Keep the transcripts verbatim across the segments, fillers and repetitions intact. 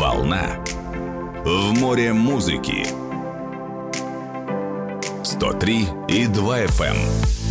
Волна. В море музыки. сто три и два эф эм.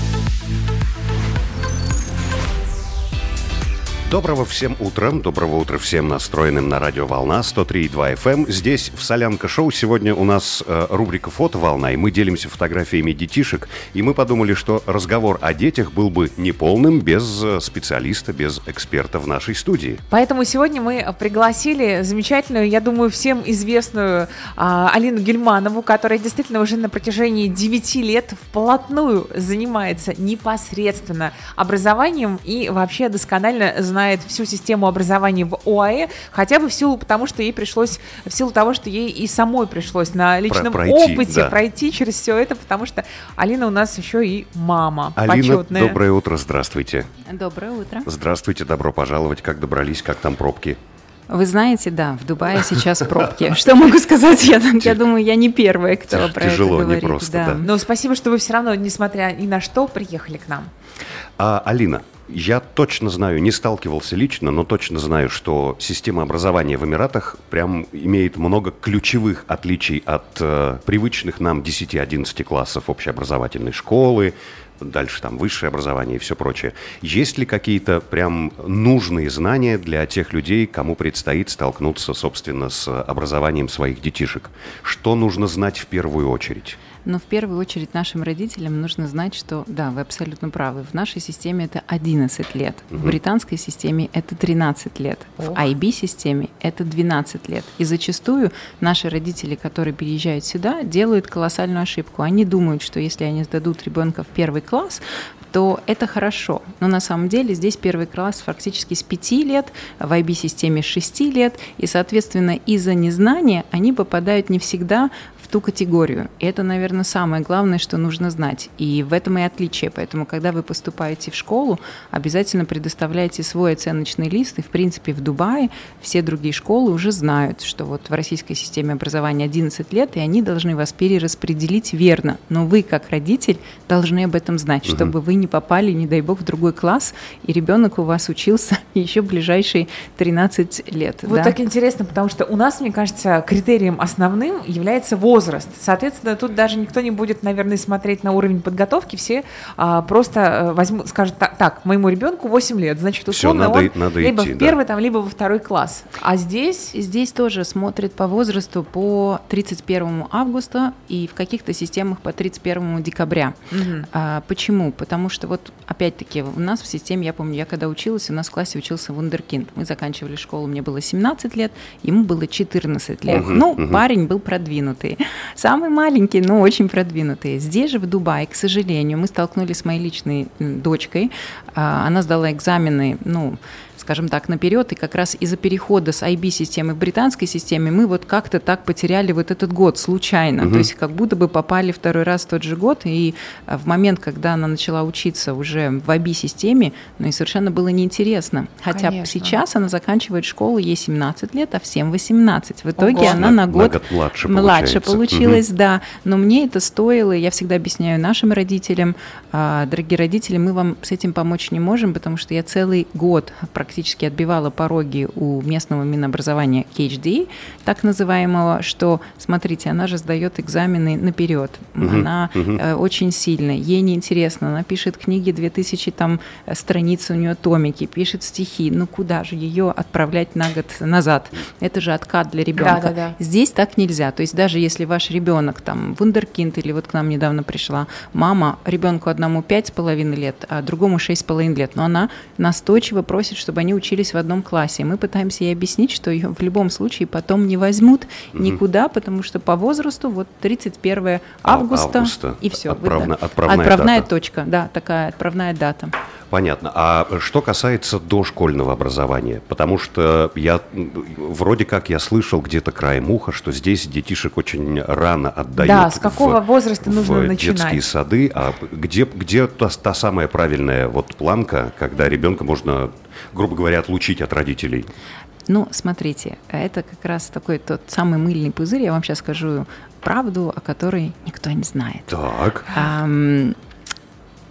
Доброго всем утра, доброго утра всем настроенным на радио «Волна» сто три и два эф эм. Здесь в Солянка-шоу сегодня у нас э, рубрика «Фото-волна», и мы делимся фотографиями детишек, и мы подумали, что разговор о детях был бы неполным без специалиста, без эксперта в нашей студии. Поэтому сегодня мы пригласили замечательную, я думаю, всем известную а, Алину Гельманову, которая действительно уже на протяжении девяти лет вплотную занимается непосредственно образованием и вообще досконально знает знает всю систему образования в ОАЭ, хотя бы в силу, потому что ей пришлось, в силу того, что ей и самой пришлось на личном пройти, опыте да. пройти через все это, потому что Алина у нас еще и мама Алина, почетная. Доброе утро, здравствуйте. Доброе утро. Здравствуйте, добро пожаловать. Как добрались, как там пробки? Вы знаете, да, в Дубае сейчас пробки. Что могу сказать? Я, я думаю, я не первая, кто про это говорит. Тяжело, непросто, да. да. Но спасибо, что вы все равно, несмотря ни на что, приехали к нам. А, Алина, я точно знаю, не сталкивался лично, но точно знаю, что система образования в Эмиратах прям имеет много ключевых отличий от э, привычных нам десяти-одиннадцати классов общеобразовательной школы, дальше там высшее образование и все прочее. Есть ли какие-то прям нужные знания для тех людей, кому предстоит столкнуться, собственно, с образованием своих детишек? Что нужно знать в первую очередь? Но в первую очередь нашим родителям нужно знать, что, да, вы абсолютно правы, в нашей системе это одиннадцать лет, угу. в британской системе это тринадцать лет, Ох. в ай би-системе это двенадцать лет. И зачастую наши родители, которые переезжают сюда, делают колоссальную ошибку. Они думают, что если они сдадут ребенка в первый класс, то это хорошо. Но на самом деле здесь первый класс фактически с пяти лет, в ай би-системе с шести лет, и, соответственно, из-за незнания они попадают не всегда в ту категорию. И это, наверное, самое главное, что нужно знать. И в этом и отличие. Поэтому, когда вы поступаете в школу, обязательно предоставляйте свой оценочный лист. И, в принципе, в Дубае все другие школы уже знают, что вот в российской системе образования одиннадцать лет, и они должны вас перераспределить верно. Но вы, как родитель, должны об этом знать, угу. чтобы вы не попали, не дай бог, в другой класс, и ребенок у вас учился еще ближайшие тринадцать лет. Вот да? так интересно, потому что у нас, мне кажется, критерием основным является возраст. Соответственно, тут даже никто не будет, наверное, смотреть на уровень подготовки, все а, просто возьмут, скажут, так, так, моему ребенку восемь лет, значит, условно Всё, надо, он надо либо идти, в первый, да. там, либо во второй класс. А здесь? Здесь тоже смотрят по возрасту по тридцать первого августа и в каких-то системах по тридцать первого декабря. Угу. А, почему? Потому что вот опять-таки у нас в системе, я помню, я когда училась, у нас в классе учился вундеркинд. Мы заканчивали школу, мне было семнадцать лет, ему было четырнадцать лет. Угу, ну, угу. парень был продвинутый. Самый маленький, но очень продвинутый. Здесь же, в Дубае, к сожалению, мы столкнулись с моей личной дочкой. Она сдала экзамены, ну, скажем так, наперед, и как раз из-за перехода с ай би-системы в британской системе мы вот как-то так потеряли вот этот год случайно, угу. то есть как будто бы попали второй раз в тот же год, и в момент, когда она начала учиться уже в ай би-системе, ну и совершенно было неинтересно. Хотя Конечно. Сейчас она заканчивает школу, ей семнадцать лет, а всем восемнадцать. В итоге Ого. Она на, на год, на год младше, младше получилась, угу. да, но мне это стоило, я всегда объясняю нашим родителям, дорогие родители, мы вам с этим помочь не можем, потому что я целый год практически практически отбивала пороги у местного Минобразования кей эйч ди, так называемого, что, смотрите, она же сдает экзамены наперед, uh-huh, она uh-huh. Э, очень сильная, ей неинтересно, она пишет книги, две тысячи там страниц у нее томики, пишет стихи, ну куда же ее отправлять на год назад? Это же откат для ребенка. Да, да, да. Здесь так нельзя, то есть даже если ваш ребенок там вундеркинд, или вот к нам недавно пришла мама, ребенку одному пять с половиной лет, а другому шесть с половиной лет, но она настойчиво просит, чтобы они учились в одном классе. Мы пытаемся ей объяснить, что ее в любом случае потом не возьмут угу. никуда, потому что по возрасту вот тридцать первого августа, августа и все. Отправна, да. Отправная, отправная дата. Точка, да, такая отправная дата. Понятно. А что касается дошкольного образования? Потому что я вроде как я слышал где-то краем уха, что здесь детишек очень рано отдают. Да, с какого в, возраста нужно в начинать? Детские сады. А где, где та, та самая правильная вот планка, когда ребенка можно, грубо говоря, отлучить от родителей? Ну, смотрите, это как раз такой тот самый мыльный пузырь. Я вам сейчас скажу правду, о которой никто не знает. Так. Ам-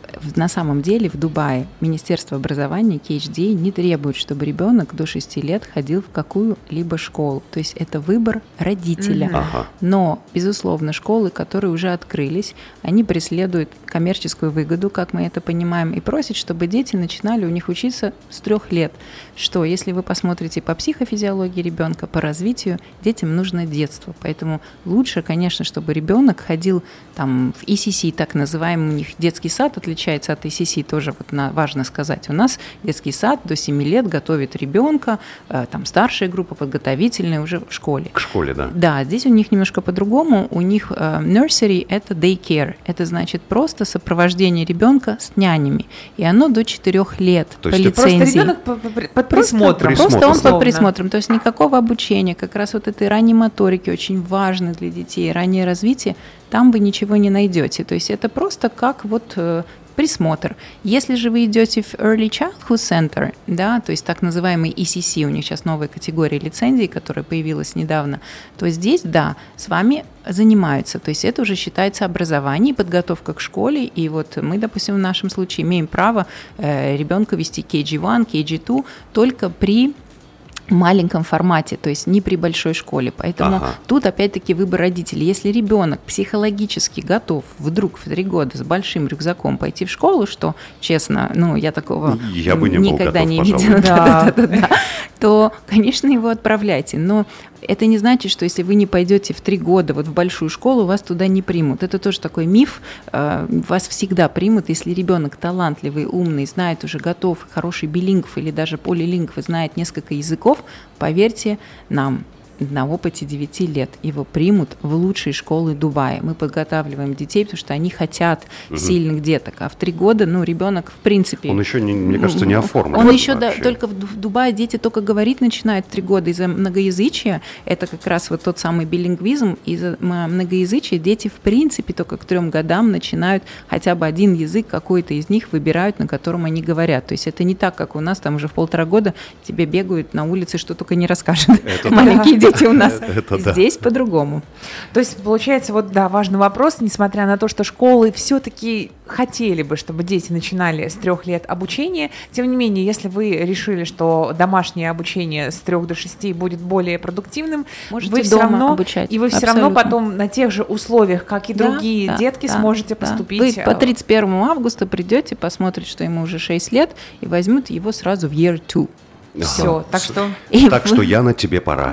на самом деле в Дубае Министерство образования, кей эйч ди, не требует, чтобы ребенок до шести лет ходил в какую-либо школу. То есть это выбор родителя. Mm-hmm. Ага. Но, безусловно, школы, которые уже открылись, они преследуют коммерческую выгоду, как мы это понимаем, и просят, чтобы дети начинали у них учиться с трех лет. Что, если вы посмотрите по психофизиологии ребенка, по развитию, детям нужно детство. Поэтому лучше, конечно, чтобы ребенок ходил там в и си си, так называемый, у них детский сад отличается от и си си, тоже вот на, важно сказать. У нас детский сад до семи лет готовит ребенка, э, там старшая группа, подготовительная уже в школе. К школе, да. Да, здесь у них немножко по-другому. У них э, nursery – это daycare. Это значит просто сопровождение ребенка с нянями. И оно до четырех лет. То по есть лицензии. Просто ребенок под, под присмотром. Просто, просто он под присмотром. То есть никакого обучения, как раз вот этой ранней моторики, очень важно для детей, раннее развитие, там вы ничего не найдете. То есть это просто как вот э, присмотр. Если же вы идете в Early Childhood Center, да, то есть так называемый и си си, у них сейчас новая категория лицензий, которая появилась недавно, то здесь, да, с вами занимаются. То есть это уже считается образование, подготовка к школе. И вот мы, допустим, в нашем случае имеем право э, ребенка вести кей джи один, кей джи два только при маленьком формате, то есть не при большой школе. Поэтому ага. тут опять-таки выбор родителей. Если ребенок психологически готов вдруг в три года с большим рюкзаком пойти в школу, что, честно, ну, я такого я бы не никогда был готов, не видела, да. Да, да, да, то, конечно, его отправляйте. Но это не значит, что если вы не пойдете в три года вот в большую школу, вас туда не примут. Это тоже такой миф. Вас всегда примут, если ребенок талантливый, умный, знает уже, готов, хороший билингв или даже полилингв и знает несколько языков, поверьте нам, на опыте девяти лет его примут в лучшие школы Дубая. Мы подготавливаем детей, потому что они хотят угу. сильных деток. А в три года, ну, ребенок, в принципе... Он еще, не, мне кажется, не оформлен. Он еще да, только в, в Дубае дети только говорить начинают в три года из-за многоязычия. Это как раз вот тот самый билингвизм. Из-за многоязычия дети, в принципе, только к трем годам начинают хотя бы один язык, какой-то из них выбирают, на котором они говорят. То есть это не так, как у нас, там уже в полтора года тебе бегают на улице, что только не расскажут. Маленькие дети. У нас это здесь да. по-другому. То есть, получается, вот да, важный вопрос, несмотря на то, что школы все-таки хотели бы, чтобы дети начинали с трех лет обучения, тем не менее, если вы решили, что домашнее обучение с трех до шести будет более продуктивным, можете вы все равно обучать. И вы все равно потом на тех же условиях, как и да, другие да, детки, да, сможете да. поступить. Вы по тридцать первому августа придете, посмотрите, что ему уже шесть лет, и возьмут его сразу в year two. Все, ага. так что... Так что, Яна, тебе пора.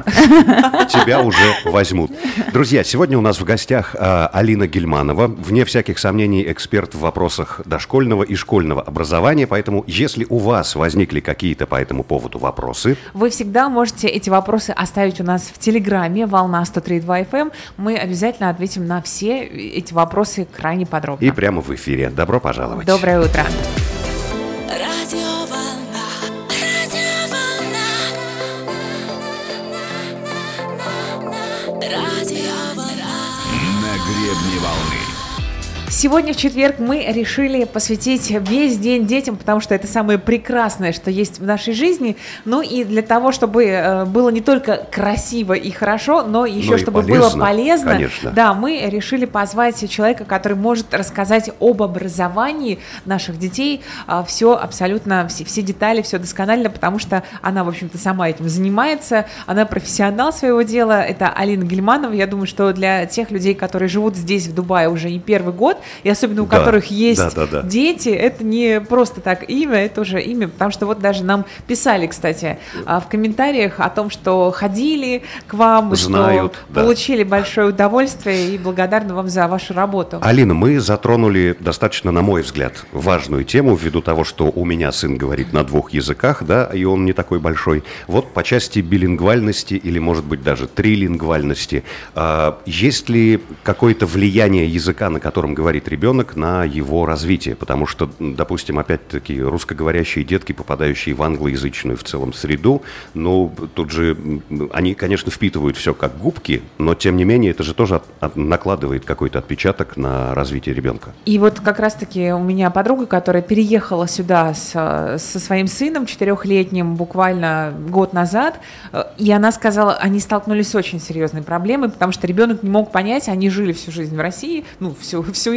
Тебя уже возьмут. Друзья, сегодня у нас в гостях э, Алина Гильманова, вне всяких сомнений эксперт в вопросах дошкольного и школьного образования, поэтому если у вас возникли какие-то по этому поводу вопросы... Вы всегда можете эти вопросы оставить у нас в Телеграме «Волна сто три и два эф эм». Мы обязательно ответим на все эти вопросы крайне подробно. И прямо в эфире. Добро пожаловать. Доброе утро. Гребни волны. Сегодня в четверг мы решили посвятить весь день детям, потому что это самое прекрасное, что есть в нашей жизни. Ну и для того, чтобы было не только красиво и хорошо, но еще но чтобы полезно, было полезно, конечно. Да, мы решили позвать человека, который может рассказать об образовании наших детей, все абсолютно, все, все детали, все досконально, потому что она, в общем-то, сама этим занимается, она профессионал своего дела, это Алина Гильманова. Я думаю, что для тех людей, которые живут здесь, в Дубае, уже не первый год, и особенно у да, которых есть да, да, да. дети, это не просто так имя, это уже имя, потому что вот даже нам писали, кстати, в комментариях о том, что ходили к вам, знают, что да. получили большое удовольствие и благодарны вам за вашу работу. Алина, мы затронули достаточно, на мой взгляд, важную тему ввиду того, что у меня сын говорит на двух языках, да, и он не такой большой. Вот по части билингвальности или, может быть, даже трилингвальности, а, есть ли какое-то влияние языка, на котором говорит ребенок, на его развитие? Потому что, допустим, опять-таки, русскоговорящие детки, попадающие в англоязычную в целом среду, ну, тут же они, конечно, впитывают все как губки, но, тем не менее, это же тоже от, от, накладывает какой-то отпечаток на развитие ребенка. И вот как раз-таки у меня подруга, которая переехала сюда с, со своим сыном четырехлетним буквально год назад, и она сказала, они столкнулись с очень серьезной проблемой, потому что ребенок не мог понять, они жили всю жизнь в России, ну, всю, всю его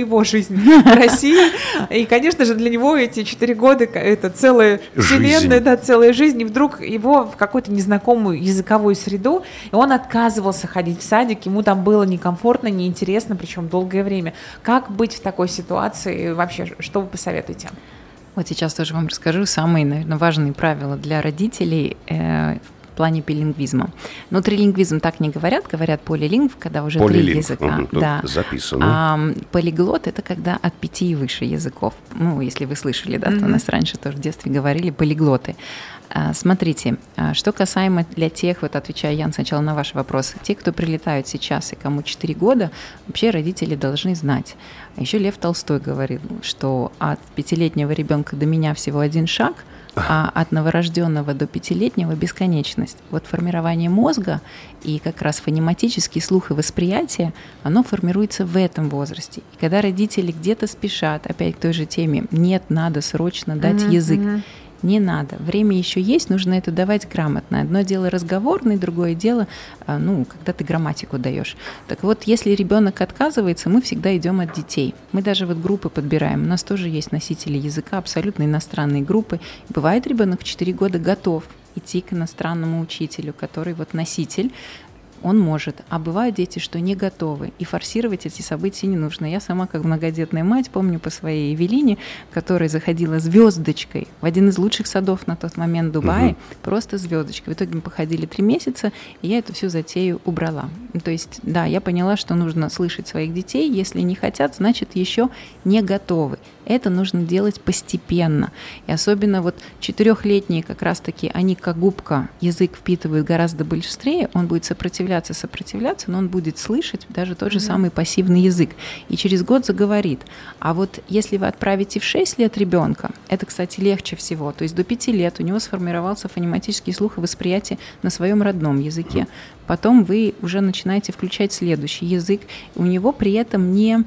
его жизнь в России. И, конечно же, для него эти четыре года — это целая вселенная, да, целая жизнь. И вдруг его в какую-то незнакомую языковую среду, и он отказывался ходить в садик, ему там было некомфортно, неинтересно, причем долгое время. Как быть в такой ситуации? Вообще, что вы посоветуете? Вот сейчас тоже вам расскажу самые, наверное, важные правила для родителей э, в плане билингвизма. Но трилингвизм так не говорят, говорят полилингв, когда уже Полилингв. три языка. Угу, да. Записано. А полиглот — это когда от пяти и выше языков. Ну, если вы слышали, да, mm-hmm. то у нас раньше тоже в детстве говорили полиглоты. А, смотрите, а, что касаемо для тех, вот отвечая, Ян, сначала на ваш вопрос, те, кто прилетают сейчас и кому четыре года, вообще родители должны знать. А еще Лев Толстой говорил, что от пятилетнего ребенка до меня всего один шаг, а от новорожденного до пятилетнего бесконечность. Вот формирование мозга и как раз фонематический слух и восприятие, оно формируется в этом возрасте. И когда родители где-то спешат, опять к той же теме, нет, надо срочно дать mm-hmm. язык, не надо. Время еще есть, нужно это давать грамотно. Одно дело разговорный, другое дело, ну, когда ты грамматику даешь. Так вот, если ребенок отказывается, мы всегда идем от детей. Мы даже вот группы подбираем. У нас тоже есть носители языка, абсолютно иностранные группы. Бывает, ребенок в четыре года готов идти к иностранному учителю, который вот носитель, он может. А бывают дети, что не готовы, и форсировать эти события не нужно. Я сама, как многодетная мать, помню по своей Евелине, которая заходила звездочкой в один из лучших садов на тот момент Дубая, угу. просто звездочкой. В итоге мы походили три месяца, и я эту всю затею убрала. То есть, да, я поняла, что нужно слышать своих детей. Если не хотят, значит, еще не готовы. Это нужно делать постепенно. И особенно вот четырехлетние как раз-таки, они как губка язык впитывают гораздо быстрее, он будет сопротивляться, сопротивляться, но он будет слышать даже тот же mm-hmm. самый пассивный язык. И через год заговорит. А вот если вы отправите в шесть лет ребенка, это, кстати, легче всего. То есть до пяти лет у него сформировался фонематический слух и восприятие на своем родном языке. Потом вы уже начинаете включать следующий язык. У него при этом не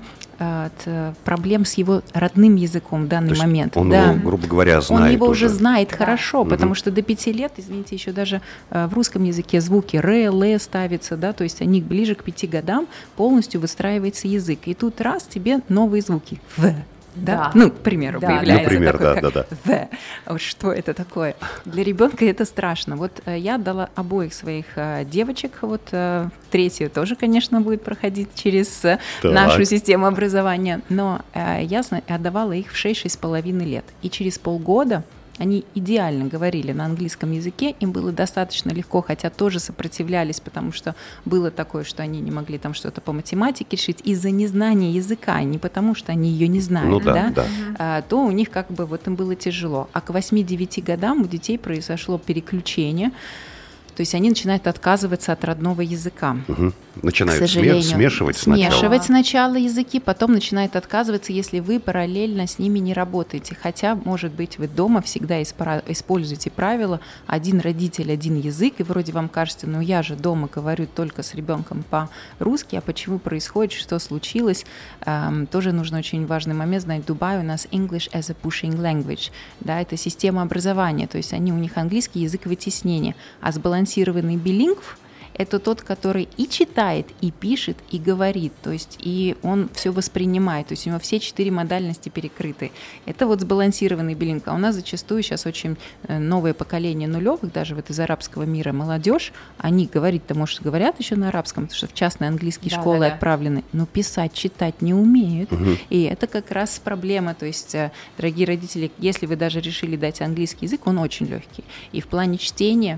от проблем с его родным языком в данный момент. Он да. его, грубо говоря, знает. Он его уже, уже знает да. хорошо, потому угу. что до пяти лет, извините, еще даже в русском языке звуки р, л ставятся, да, то есть они ближе к пяти годам полностью выстраивается язык. И тут раз тебе новые звуки. В. Да? Да. Ну, к примеру, да, появляется Например, такой, да, как да, the. Вот что это такое? Для ребенка это страшно. Вот э, я дала обоих своих э, девочек, вот э, третью тоже, конечно, будет проходить через э, нашу систему образования, но э, я отдавала их в шесть-шесть с половиной лет. И через полгода они идеально говорили на английском языке, им было достаточно легко, хотя тоже сопротивлялись, потому что было такое, что они не могли там что-то по математике решить из-за незнания языка, не потому что они ее не знают, ну, да, да, да. А, то у них как бы вот им было тяжело. А к восьми-девяти годам у детей произошло переключение. То есть они начинают отказываться от родного языка. Угу. Начинают к сожалению, смешивать сначала. Смешивать сначала языки, потом начинают отказываться, если вы параллельно с ними не работаете. Хотя, может быть, вы дома всегда используете правило один родитель, один язык, и вроде вам кажется, ну я же дома говорю только с ребенком по-русски, а почему происходит, что случилось? Эм, тоже нужно очень важный момент знать. В Дубае у нас English as a pushing language. Да, это система образования, то есть они, у них английский язык вытеснения, а сбалансированный Сбалансированный билингв – это тот, который и читает, и пишет, и говорит, то есть и он все воспринимает, то есть у него все четыре модальности перекрыты. Это вот сбалансированный билингв. А у нас зачастую сейчас очень новое поколение нулевых, даже вот из арабского мира молодежь, они говорить-то, может, говорят еще на арабском, потому что в частные английские да, школы да, да. отправлены, но писать, читать не умеют. Угу. И это как раз проблема. То есть, дорогие родители, если вы даже решили дать английский язык, он очень легкий. И в плане чтения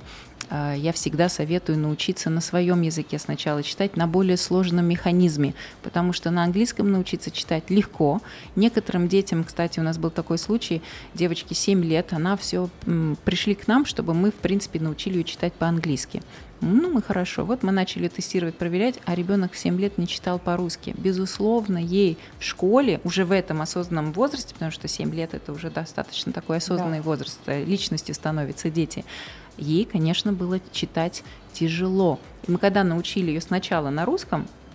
я всегда советую научиться на своем языке сначала читать, на более сложном механизме, потому что на английском научиться читать легко. Некоторым детям, кстати, у нас был такой случай, девочке семь лет, она все пришли к нам, чтобы мы, в принципе, научили ее читать по-английски. Ну, мы хорошо. Вот мы начали тестировать, проверять, а ребенок в семь лет не читал по-русски. Безусловно, ей в школе, уже в этом осознанном возрасте, потому что семь лет – это уже достаточно такой осознанный да. возраст, личностью становятся дети, ей, конечно, было читать тяжело. И мы когда научили ее сначала на русском,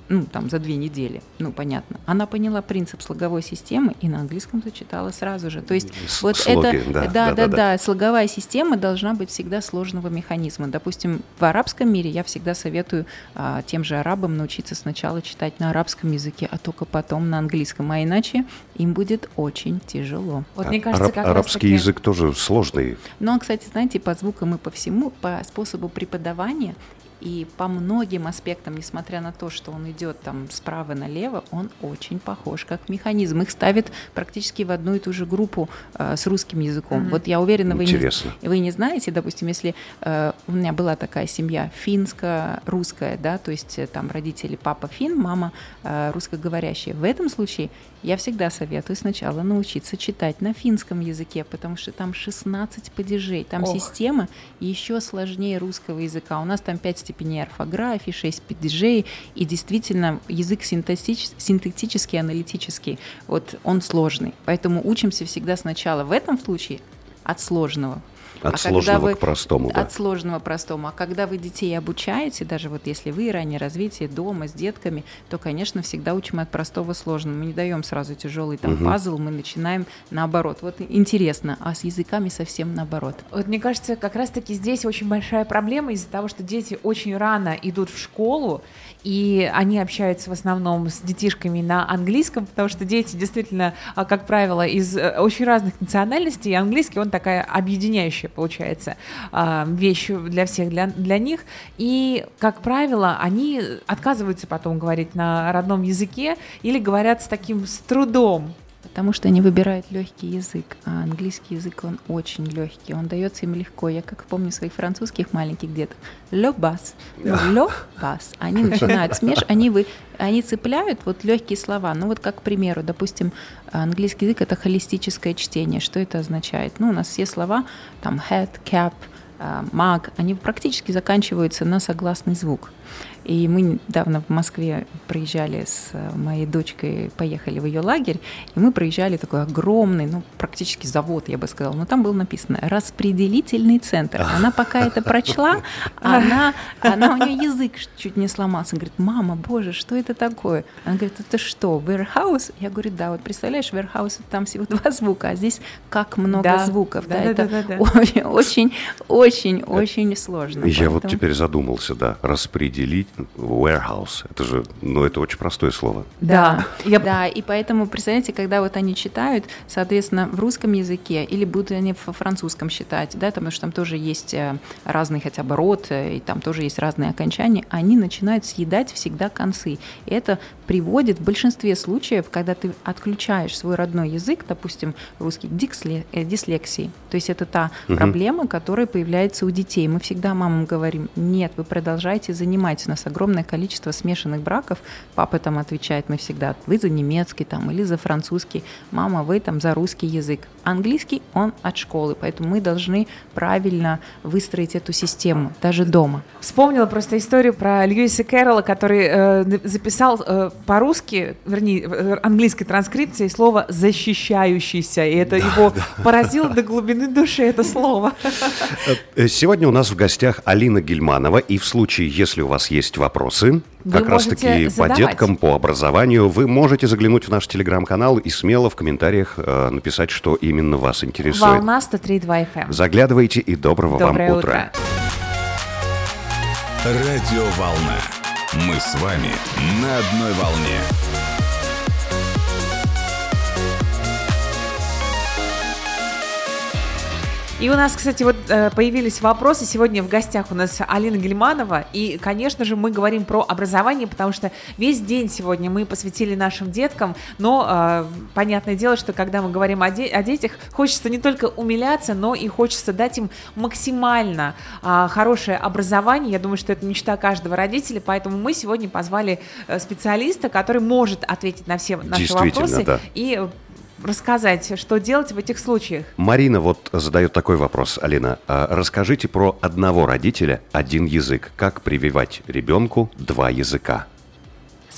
ну, там, за две недели, ну, понятно. Она поняла принцип слоговой системы и на английском зачитала сразу же. То есть С- вот слоги, это, да, да, да, да, да, да, да. слоговая система должна быть всегда сложного механизма. Допустим, в арабском мире я всегда советую а, тем же арабам научиться сначала читать на арабском языке, а только потом на английском, а иначе им будет очень тяжело. Вот А- мне кажется, араб- как арабский раз-таки- язык тоже сложный. Но, кстати, знаете, по звукам и по всему, по способу преподавания и по многим аспектам, несмотря на то, что он идет там справа налево, он очень похож как механизм. Их ставят практически в одну и ту же группу э, с русским языком. Мгм. Вот я уверена, вы не, Интересно. вы не знаете, допустим, если э, у меня была такая семья финско-русская, да, то есть э, там родители, папа фин, мама э, русскоговорящая. В этом случае я всегда советую сначала научиться читать на финском языке, потому что там шестнадцать падежей, там Ох. система еще сложнее русского языка. У нас там пять степеней орфографии, шесть падежей, и действительно язык синтетич- синтетический, аналитический, вот он сложный. Поэтому учимся всегда сначала в этом случае от сложного. От А сложного когда вы- к простому, да. От сложного к простому. А когда вы детей обучаете, даже вот если вы раннее развитие дома с детками, то, конечно, всегда учим от простого сложного. Мы не даем сразу тяжелый там Мгм. пазл, мы начинаем наоборот. Вот интересно, а с языками совсем наоборот. Вот мне кажется, как раз-таки здесь очень большая проблема из-за того, что дети очень рано идут в школу, и они общаются в основном с детишками на английском, потому что дети действительно, а, как правило, из э, очень разных национальностей, и английский, он такая объединяющая, получается, а, вещь для всех, для, для них. И, как правило, они отказываются потом говорить на родном языке или говорят с таким с трудом. Потому что они выбирают легкий язык, а английский язык, он очень легкий, он дается им легко. Я как помню своих французских маленьких деток. Лё бас, лё бас. Они начинают смеш, они, вы, они цепляют вот легкие слова. Ну вот как, к примеру, допустим, английский язык — это холистическое чтение. Что это означает? Ну, у нас все слова, там, head, cap, mug, они практически заканчиваются на согласный звук. И мы недавно в Москве проезжали с моей дочкой, поехали в ее лагерь, и мы проезжали такой огромный, ну, практически завод, я бы сказала, но там было написано «распределительный центр». Она пока это прочла, она, она, у нее язык чуть не сломался. Она говорит: «Мама, боже, что это такое?» Она говорит: «Это что, warehouse?» Я говорю: «Да, вот представляешь, warehouse, там всего два звука, а здесь как много Да, звуков». да, Да, да, это да, да, да. очень, очень, очень, очень сложно. Я вот Поэтому- теперь задумался, да, распределить, warehouse, это же, ну, это очень простое слово. Да, я- Да, и поэтому, представляете, когда вот они читают, соответственно, в русском языке, или будут они в французском считать, да, потому что там тоже есть э, разный хотя бы род, э, и там тоже есть разные окончания, они начинают съедать всегда концы. И это приводит в большинстве случаев, когда ты отключаешь свой родной язык, допустим, русский, к диксле- э, дислексии. То есть это та Мгм. проблема, которая появляется у детей. Мы всегда мамам говорим: нет, вы продолжайте занимать. У нас огромное количество смешанных браков. Папа там отвечает, мы всегда: вы за немецкий там или за французский, мама, вы там за русский язык. Английский, он от школы, поэтому мы должны правильно выстроить эту систему, даже дома. Вспомнила просто историю про Льюиса Кэрролла, который э, записал э, по-русски, вернее, в английской транскрипции слово «защищающийся», и это его поразило до глубины души, это слово. Э, Сегодня у нас в гостях Алина Гильманова, и в случае, если у вас есть вопросы, Вы как раз можете таки по задавать. деткам, по образованию, вы можете заглянуть в наш телеграм-канал и смело в комментариях э, написать, что именно вас интересует. Волна сто три и два эф эм. Заглядывайте, и доброго Доброе вам утро. утра. Радиоволна. Мы с вами на одной волне. И у нас, кстати, вот э, появились вопросы. Сегодня в гостях у нас Алина Гильманова. И, конечно же, мы говорим про образование, потому что весь день сегодня мы посвятили нашим деткам. Но э, понятное дело, что когда мы говорим о, де- о детях, хочется не только умиляться, но и хочется дать им максимально э, хорошее образование. Я думаю, что это мечта каждого родителя. Поэтому мы сегодня позвали э, специалиста, который может ответить на все наши Действительно, вопросы. да. И э, рассказать, что делать в этих случаях. Марина вот задает такой вопрос, Алина. А расскажите про одного родителя, один язык. Как прививать ребенку два языка?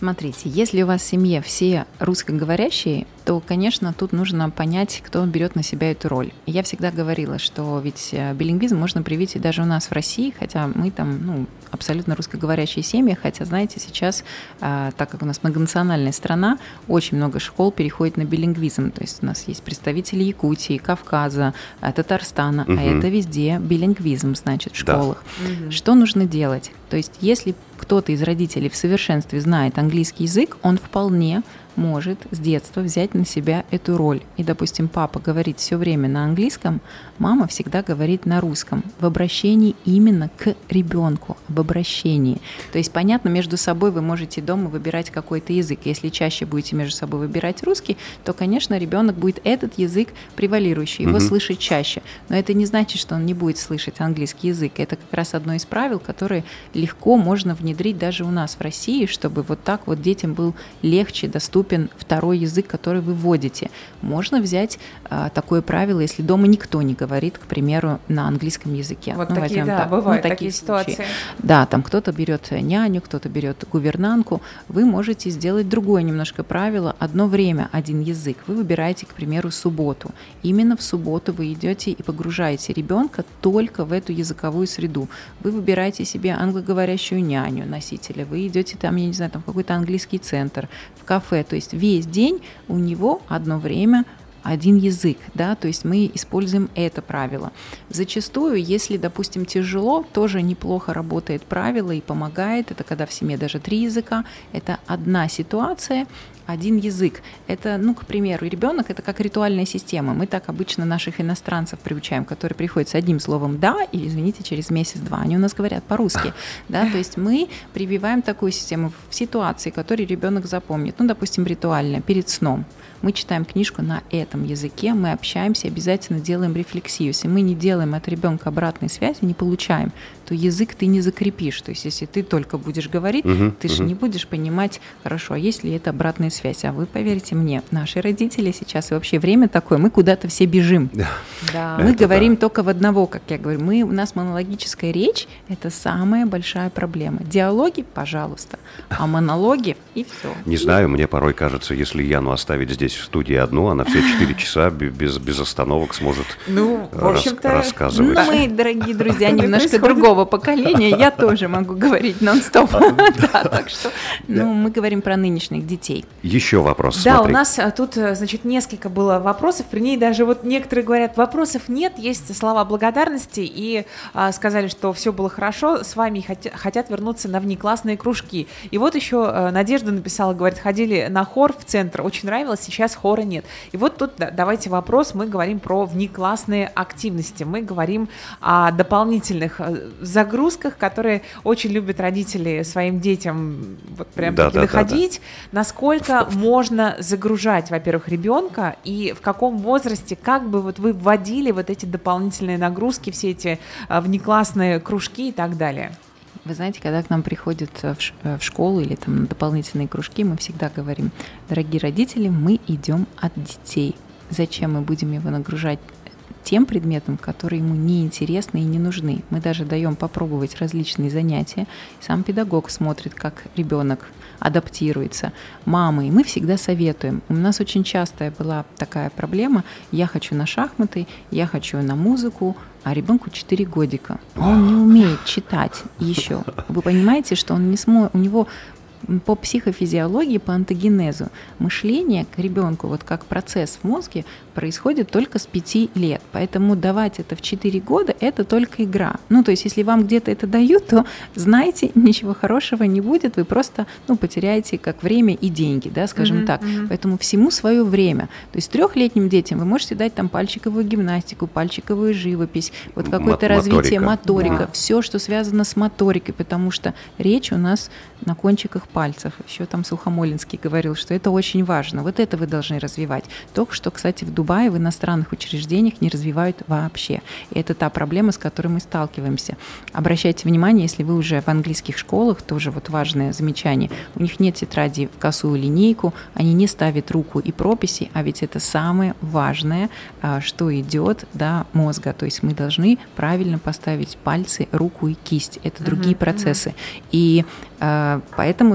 Смотрите, если у вас в семье все русскоговорящие, то, конечно, тут нужно понять, кто берет на себя эту роль. И я всегда говорила, что ведь билингвизм можно привить и даже у нас в России, хотя мы там, ну, абсолютно русскоговорящие семьи, хотя, знаете, сейчас, так как у нас многонациональная страна, очень много школ переходит на билингвизм. То есть у нас есть представители Якутии, Кавказа, Татарстана, угу. а это везде билингвизм, значит, в школах. Да. Угу. Что нужно делать? То есть если кто-то из родителей в совершенстве знает английский язык, он вполне может с детства взять на себя эту роль. И, допустим, папа говорит все время на английском, мама всегда говорит на русском, в обращении именно к ребенку, об обращении. То есть, понятно, между собой вы можете дома выбирать какой-то язык. Если чаще будете между собой выбирать русский, то, конечно, ребенок будет этот язык превалирующий, его mm-hmm. слышать чаще. Но это не значит, что он не будет слышать английский язык. Это как раз одно из правил, которые легко можно внедрить даже у нас в России, чтобы вот так вот детям был легче, доступен второй язык, который вы вводите. Можно взять а, такое правило, если дома никто не говорит, к примеру, на английском языке. Вот ну, такие, да, так, бывают ну, такие ситуации. Случаи. Да, там кто-то берет няню, кто-то берет гувернантку. Вы можете сделать другое немножко правило. Одно время один язык. Вы выбираете, к примеру, субботу. Именно в субботу вы идете и погружаете ребенка только в эту языковую среду. Вы выбираете себе англоговорящую няню, носителя. Вы идете там, я не знаю, там в какой-то английский центр, в кафе. То есть весь день у него одно время один язык, да, то есть мы используем это правило. Зачастую, если, допустим, тяжело, тоже неплохо работает правило и помогает. Это когда в семье даже три языка, это одна ситуация, один язык. Это, ну, к примеру, ребенок это как ритуальная система. Мы так обычно наших иностранцев приучаем, которые приходят с одним словом «да», и, извините, через месяц-два они у нас говорят по-русски. Да? То есть мы прививаем такую систему в ситуации, которую ребенок запомнит. Ну, допустим, ритуально, перед сном. Мы читаем книжку на этом языке, мы общаемся, обязательно делаем рефлексию. Если мы не делаем от ребенка обратной связи, не получаем, то язык ты не закрепишь. То есть если ты только будешь говорить, uh-huh, ты uh-huh. же не будешь понимать, хорошо, а есть ли это обратная связь. А вы поверьте мне, наши родители сейчас и вообще время такое, мы куда-то все бежим. Да. Мы это говорим да. только в одного, как я говорю. Мы, у нас монологическая речь – это самая большая проблема. Диалоги, пожалуйста, а монологи и все. Не знаю, мне порой кажется, если Яну оставить здесь в студии одну, она все четыре часа без, без остановок сможет ну, в общем-то, рас, рассказывать. Ну, мы, дорогие друзья, немножко другого поколения. Я тоже могу говорить нон-стоп. Так что мы говорим про нынешних детей. Еще вопрос. Да, у нас тут, значит, несколько было вопросов. При ней даже вот некоторые говорят, вопросов нет, есть слова благодарности. И сказали, что все было хорошо, с вами хотят вернуться на внеклассные кружки. И вот еще Надежда написала, говорит, ходили на хор в центр, очень нравилось, сейчас хора нет. И вот тут давайте вопрос, мы говорим про внеклассные активности, мы говорим о дополнительных загрузках, которые очень любят родители своим детям вот прям да, таки да, доходить. Да, да. Насколько можно загружать, во-первых, ребенка, и в каком возрасте, как бы вот вы вводили вот эти дополнительные нагрузки, все эти внеклассные кружки и так далее? Вы знаете, когда к нам приходят в школу или там на дополнительные кружки, мы всегда говорим, дорогие родители, мы идем от детей. Зачем мы будем его нагружать тем предметом, которые ему не интересны и не нужны? Мы даже даем попробовать различные занятия. Сам педагог смотрит, как ребенок адаптируется. Мамы, и мы всегда советуем. У нас очень частая была такая проблема. Я хочу на шахматы, я хочу на музыку, а ребенку четыре годика. Он не умеет читать еще. Вы понимаете, что он не сможет, у него по психофизиологии, по антогенезу мышление к ребенку, вот как процесс в мозге, происходит только с пяти лет. Поэтому давать это в четыре года – это только игра. Ну, то есть, если вам где-то это дают, то знайте, ничего хорошего не будет, вы просто ну, потеряете как время и деньги, да, скажем mm-hmm, так. Mm-hmm. Поэтому всему свое время. То есть трехлетним детям вы можете дать там пальчиковую гимнастику, пальчиковую живопись, вот какое-то М- развитие, моторика, да. Все, что связано с моторикой, потому что речь у нас на кончиках пальцев. Еще там Сухомолинский говорил, что это очень важно. Вот это вы должны развивать. Только что, кстати, в Дубае в иностранных учреждениях не развивают вообще. И это та проблема, с которой мы сталкиваемся. Обращайте внимание, если вы уже в английских школах, тоже вот важное замечание, у них нет тетради в косую линейку, они не ставят руку и прописи, а ведь это самое важное, что идет до мозга. То есть мы должны правильно поставить пальцы, руку и кисть. Это другие uh-huh, процессы. Uh-huh. И поэтому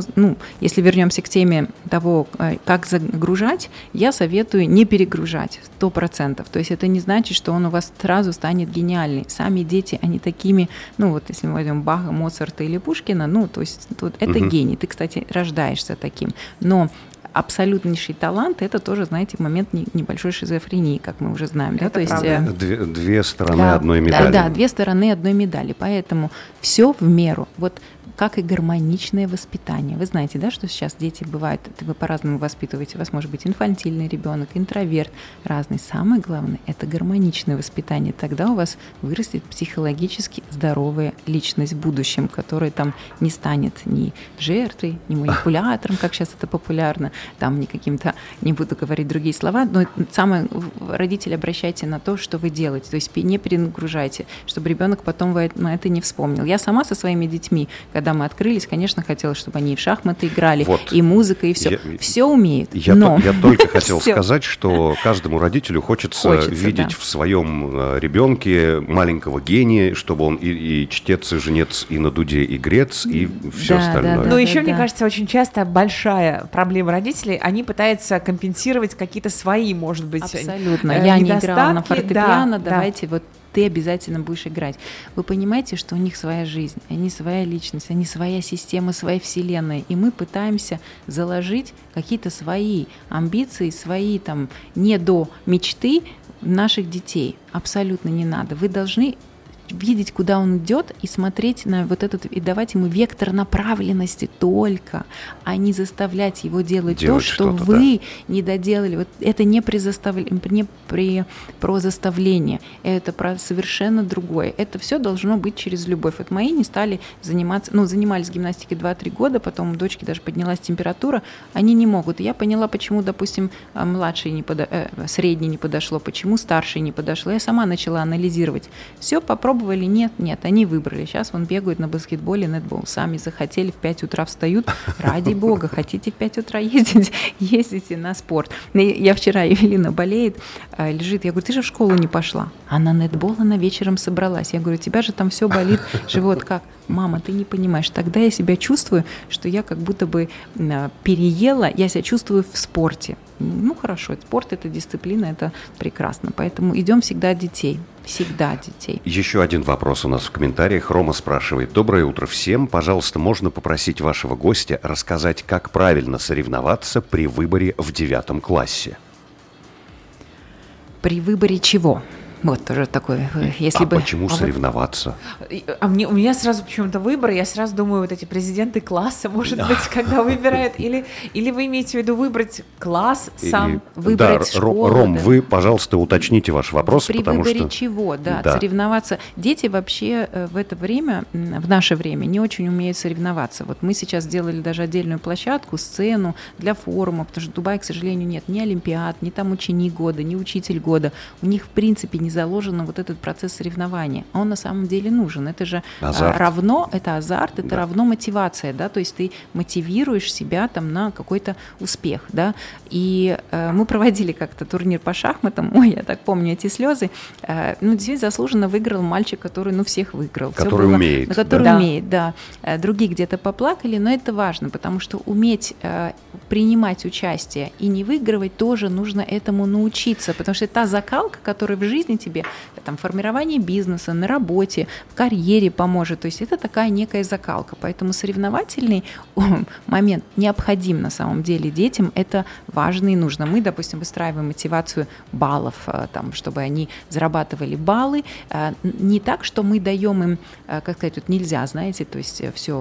ну, если вернемся к теме того, как загружать, я советую не перегружать сто процентов. То есть это не значит, что он у вас сразу станет гениальный. Сами дети, они такими, ну вот если мы возьмем Баха, Моцарта или Пушкина, ну то есть тут это угу. гений, ты, кстати, рождаешься таким. Но абсолютнейший талант — это тоже, знаете, момент небольшой шизофрении, как мы уже знаем. Да? То есть, две, две стороны да, одной медали. Да, да, две стороны одной медали. Поэтому все в меру. Вот как и гармоничное воспитание. Вы знаете, да, что сейчас дети бывают, вы по-разному воспитываете, у вас может быть инфантильный ребенок, интроверт, разный. Самое главное — это гармоничное воспитание. Тогда у вас вырастет психологически здоровая личность в будущем, которая там не станет ни жертвой, ни манипулятором, как сейчас это популярно, там ни каким-то, не буду говорить другие слова, но самое, родители, обращайте на то, что вы делаете, то есть не перенагружайте, чтобы ребенок потом на это не вспомнил. Я сама со своими детьми, когда мы открылись, конечно, хотела, чтобы они и в шахматы играли, вот. И музыка, и все. Я, все умеют. Я, но... я только хотел сказать, что каждому родителю хочется, хочется видеть да. в своем ребенке маленького гения, чтобы он и, и чтец, и женец, и на дуде, и грец, и все да, остальное. Да, да, Но да, еще, да. мне кажется, очень часто большая проблема родителей, они пытаются компенсировать какие-то свои, может быть, абсолютно. Э, я не играла на фортепиано, да, давайте да. вот ты обязательно будешь играть. Вы понимаете, что у них своя жизнь, они своя личность, они своя система, своя вселенная, и мы пытаемся заложить какие-то свои амбиции, свои там не до мечты наших детей. Абсолютно не надо. Вы должны видеть, куда он идет, и смотреть на вот этот, и давать ему вектор направленности только, а не заставлять его делать, делать то, что вы да. не доделали. Вот это не при заставлении, не при, про заставление, это про совершенно другое. Это все должно быть через любовь. Вот мои не стали заниматься, ну, занимались гимнастикой два-три года, потом у дочки даже поднялась температура, они не могут. И я поняла, почему, допустим, младший не подо... э, средний не подошло, почему старший не подошло. Я сама начала анализировать. Все, попробовала. Нет, нет, они выбрали. Сейчас вон бегают на баскетболе, нетбол. Сами захотели, в пять утра встают. Ради бога, хотите в пять утра ездить, ездите на спорт. Я вчера, Евелина болеет, лежит. Я говорю, ты же в школу не пошла. А на нетбол она вечером собралась. Я говорю, у тебя же там все болит, живот как? Мама, ты не понимаешь. Тогда я себя чувствую, что я как будто бы переела, я себя чувствую в спорте. Ну хорошо, спорт — это дисциплина, это прекрасно. Поэтому идем всегда от детей. Всегда детей. Еще один вопрос у нас в комментариях. Рома спрашивает. Доброе утро всем. Пожалуйста, можно попросить вашего гостя рассказать, как правильно соревноваться при выборе в девятом классе? При выборе чего? Вот тоже такое. Если а бы... почему а соревноваться? А мне, у меня сразу почему-то выбор, я сразу думаю, вот эти президенты класса, может быть, когда выбирают, или, или вы имеете в виду выбрать класс сам, и, выбрать да, школу? Ром, да. вы, пожалуйста, уточните ваш вопрос. При потому выборе что... чего, да, да, соревноваться. Дети вообще в это время, в наше время, не очень умеют соревноваться. Вот мы сейчас сделали даже отдельную площадку, сцену для форума, потому что в Дубае, к сожалению, нет ни олимпиад, ни там ученик года, ни учитель года. У них, в принципе, не заложен вот этот процесс соревнования. Он на самом деле нужен. Это же азарт. равно, это азарт, это да. равно мотивация, да, то есть ты мотивируешь себя там на какой-то успех, да. И э, мы проводили как-то турнир по шахматам, ой, я так помню эти слезы. Э, ну, действительно заслуженно выиграл мальчик, который, ну, всех выиграл. Который было, умеет. Который да. умеет, да. Другие где-то поплакали, но это важно, потому что уметь э, принимать участие и не выигрывать тоже нужно этому научиться, потому что это та закалка, которая в жизни тебе, там, формирование бизнеса, на работе, в карьере поможет. То есть это такая некая закалка. Поэтому соревновательный момент необходим на самом деле детям. Это важно и нужно. Мы, допустим, выстраиваем мотивацию баллов, там, чтобы они зарабатывали баллы. Не так, что мы даем им, как сказать, тут нельзя, знаете, то есть все,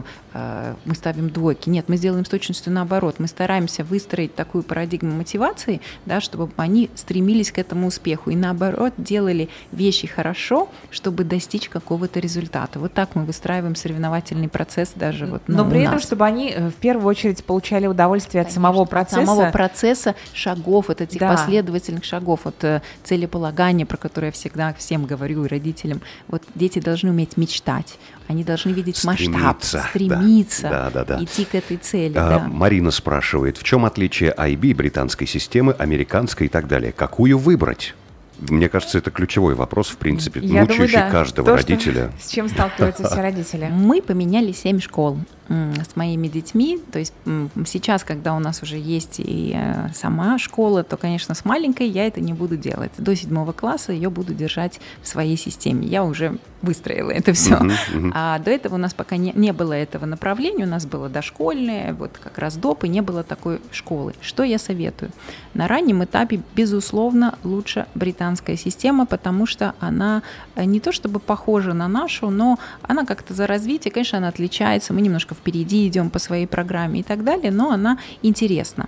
мы ставим двойки. Нет, мы сделаем с точностью наоборот. Мы стараемся выстроить такую парадигму мотивации, да, чтобы они стремились к этому успеху и наоборот делали вещи хорошо, чтобы достичь какого-то результата. Вот так мы выстраиваем соревновательный процесс даже вот, ну, но при у этом, нас. чтобы они в первую очередь получали удовольствие Конечно, от самого процесса. От самого процесса, шагов, от этих да. последовательных шагов, от э, целеполагания, про которое я всегда всем говорю и родителям. Вот дети должны уметь мечтать, они должны видеть стремиться, масштаб, стремиться, да, да, да, да. идти к этой цели. А, да. Марина спрашивает, в чем отличие ай би британской системы, американской и так далее? Какую выбрать? Мне кажется, это ключевой вопрос, в принципе, Я мучающий думаю, да. каждого То, родителя. Что, с чем сталкиваются все родители? Мы поменяли семь школ. с моими детьми, то есть сейчас, когда у нас уже есть и сама школа, то, конечно, с маленькой я это не буду делать. До седьмого класса ее буду держать в своей системе. Я уже выстроила это все. Uh-huh, uh-huh. А до этого у нас пока не, не было этого направления, у нас было дошкольное, вот как раз доп, и не было такой школы. Что я советую? На раннем этапе, безусловно, лучше британская система, потому что она не то чтобы похожа на нашу, но она как-то за развитие, конечно, она отличается, мы немножко впереди идем по своей программе и так далее, но она интересна.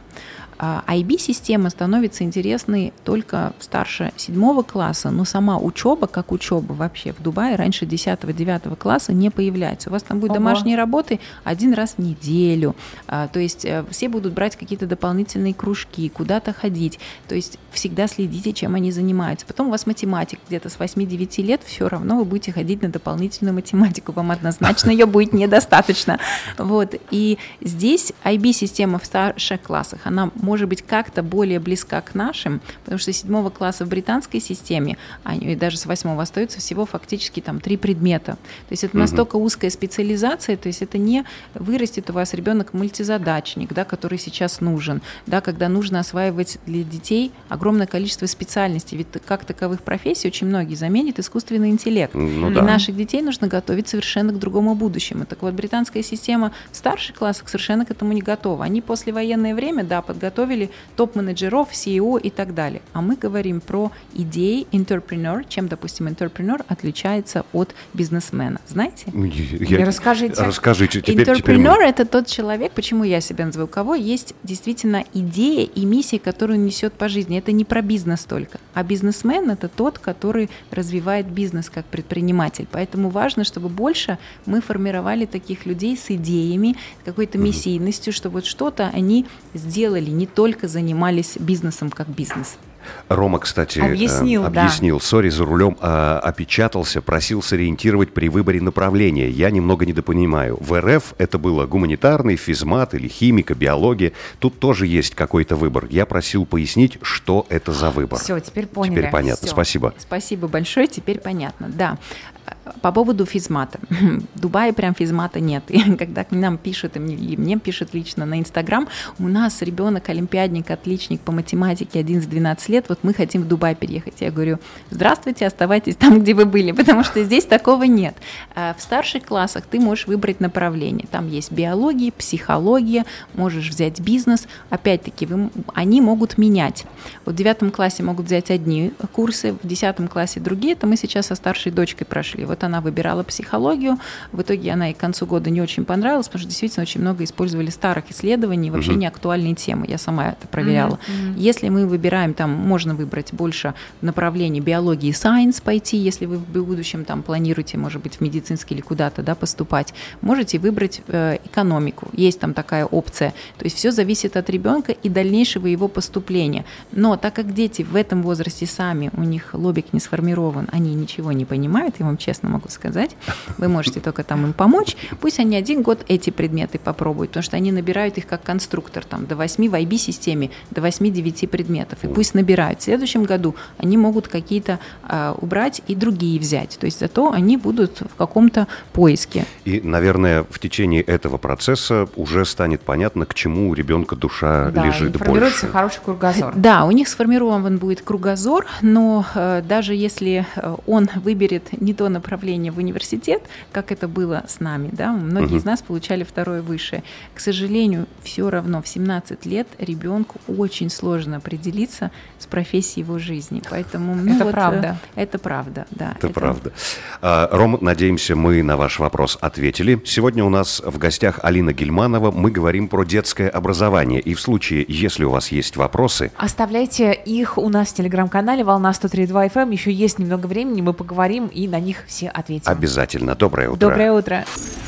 ай би-система становится интересной только старше седьмого класса, но сама учеба, как учеба вообще в Дубае, раньше десятого-девятого класса не появляется. У вас там будут Ого. домашние работы один раз в неделю, то есть все будут брать какие-то дополнительные кружки, куда-то ходить, то есть всегда следите, чем они занимаются. Потом у вас математика где-то с восьми-девяти лет, все равно вы будете ходить на дополнительную математику, вам однозначно ее будет недостаточно. Вот. И здесь ай би-система в старших классах, она может быть как-то более близка к нашим, потому что с седьмого класса в британской системе, и даже с восьмого остаются всего фактически там три предмета. То есть это угу. настолько узкая специализация, то есть это не вырастет у вас ребенок мультизадачник, да, который сейчас нужен, да, когда нужно осваивать для детей огромное количество специальностей, ведь как таковых профессий очень многие заменит искусственный интеллект. Ну, и да. наших детей нужно готовить совершенно к другому будущему. Так вот, британская система в старших классах совершенно к этому не готова. Они послевоенное время, да, подготовили топ-менеджеров, си и о и так далее. А мы говорим про идеи, entrepreneur, чем, допустим, entrepreneur отличается от бизнесмена. Знаете? Я... Расскажите. Расскажите. Теперь, entrepreneur теперь мы... – это тот человек, почему я себя называю, у кого есть действительно идея и миссия, которую несет по жизни. Это не про бизнес только. А бизнесмен – это тот, который развивает бизнес как предприниматель. Поэтому важно, чтобы больше мы формировали таких людей с идеями, с какой-то мессийностью, что вот что-то они сделали, не только занимались бизнесом как бизнес. Рома, кстати, объяснил, э, объяснил. Сори, за рулем э, опечатался, просил сориентировать при выборе направления. Я немного недопонимаю. В эр эф это было гуманитарный, физмат или химика, биология. Тут тоже есть какой-то выбор. Я просил пояснить, что это за выбор. Все, теперь поняли. Теперь понятно. Все. Спасибо. Спасибо большое, теперь понятно. Да. По поводу физмата. В Дубае прям физмата нет. И когда к нам пишут, и мне, и мне пишут лично на Инстаграм, у нас ребенок олимпиадник, отличник по математике, одиннадцать-двенадцать лет, вот мы хотим в Дубай переехать. Я говорю, здравствуйте, оставайтесь там, где вы были, потому что здесь такого нет. В старших классах ты можешь выбрать направление. Там есть биология, психология, можешь взять бизнес. Опять-таки, вы, они могут менять. Вот в девятом классе могут взять одни курсы, в десятом классе другие. Это мы сейчас со старшей дочкой прошли. Вот она выбирала психологию, в итоге она и к концу года не очень понравилась, потому что действительно очень много использовали старых исследований, вообще uh-huh. не актуальные темы, я сама это проверяла. Uh-huh. Если мы выбираем, там можно выбрать больше направлений биологии, science пойти, если вы в будущем там планируете, может быть, в медицинский или куда-то, да, поступать, можете выбрать э, экономику, есть там такая опция, то есть все зависит от ребенка и дальнейшего его поступления. Но так как дети в этом возрасте сами, у них лобик не сформирован, они ничего не понимают, я вам честно могу сказать, вы можете только там им помочь, пусть они один год эти предметы попробуют, потому что они набирают их как конструктор, там до восьми в ай би-системе, до восьми-девяти предметов, и пусть набирают. В следующем году они могут какие-то э, убрать и другие взять, то есть зато они будут в каком-то поиске. И, наверное, в течение этого процесса уже станет понятно, к чему у ребенка душа да, лежит больше. Формируется хороший кругозор. Да, у них сформирован будет кругозор, но э, даже если он выберет не то направление в университет, как это было с нами, да, многие uh-huh. из нас получали второе высшее. К сожалению, все равно в семнадцать лет ребенку очень сложно определиться с профессией его жизни, поэтому ну, это вот, правда. Это правда, да. Это, это правда. А, Ром, надеемся, мы на ваш вопрос ответили. Сегодня у нас в гостях Алина Гильманова. Мы говорим про детское образование. И в случае, если у вас есть вопросы, оставляйте их у нас в телеграм-канале Волна сто три и два эф эм. Еще есть немного времени, мы поговорим и на них все ответим. Обязательно. Доброе утро. Доброе утро.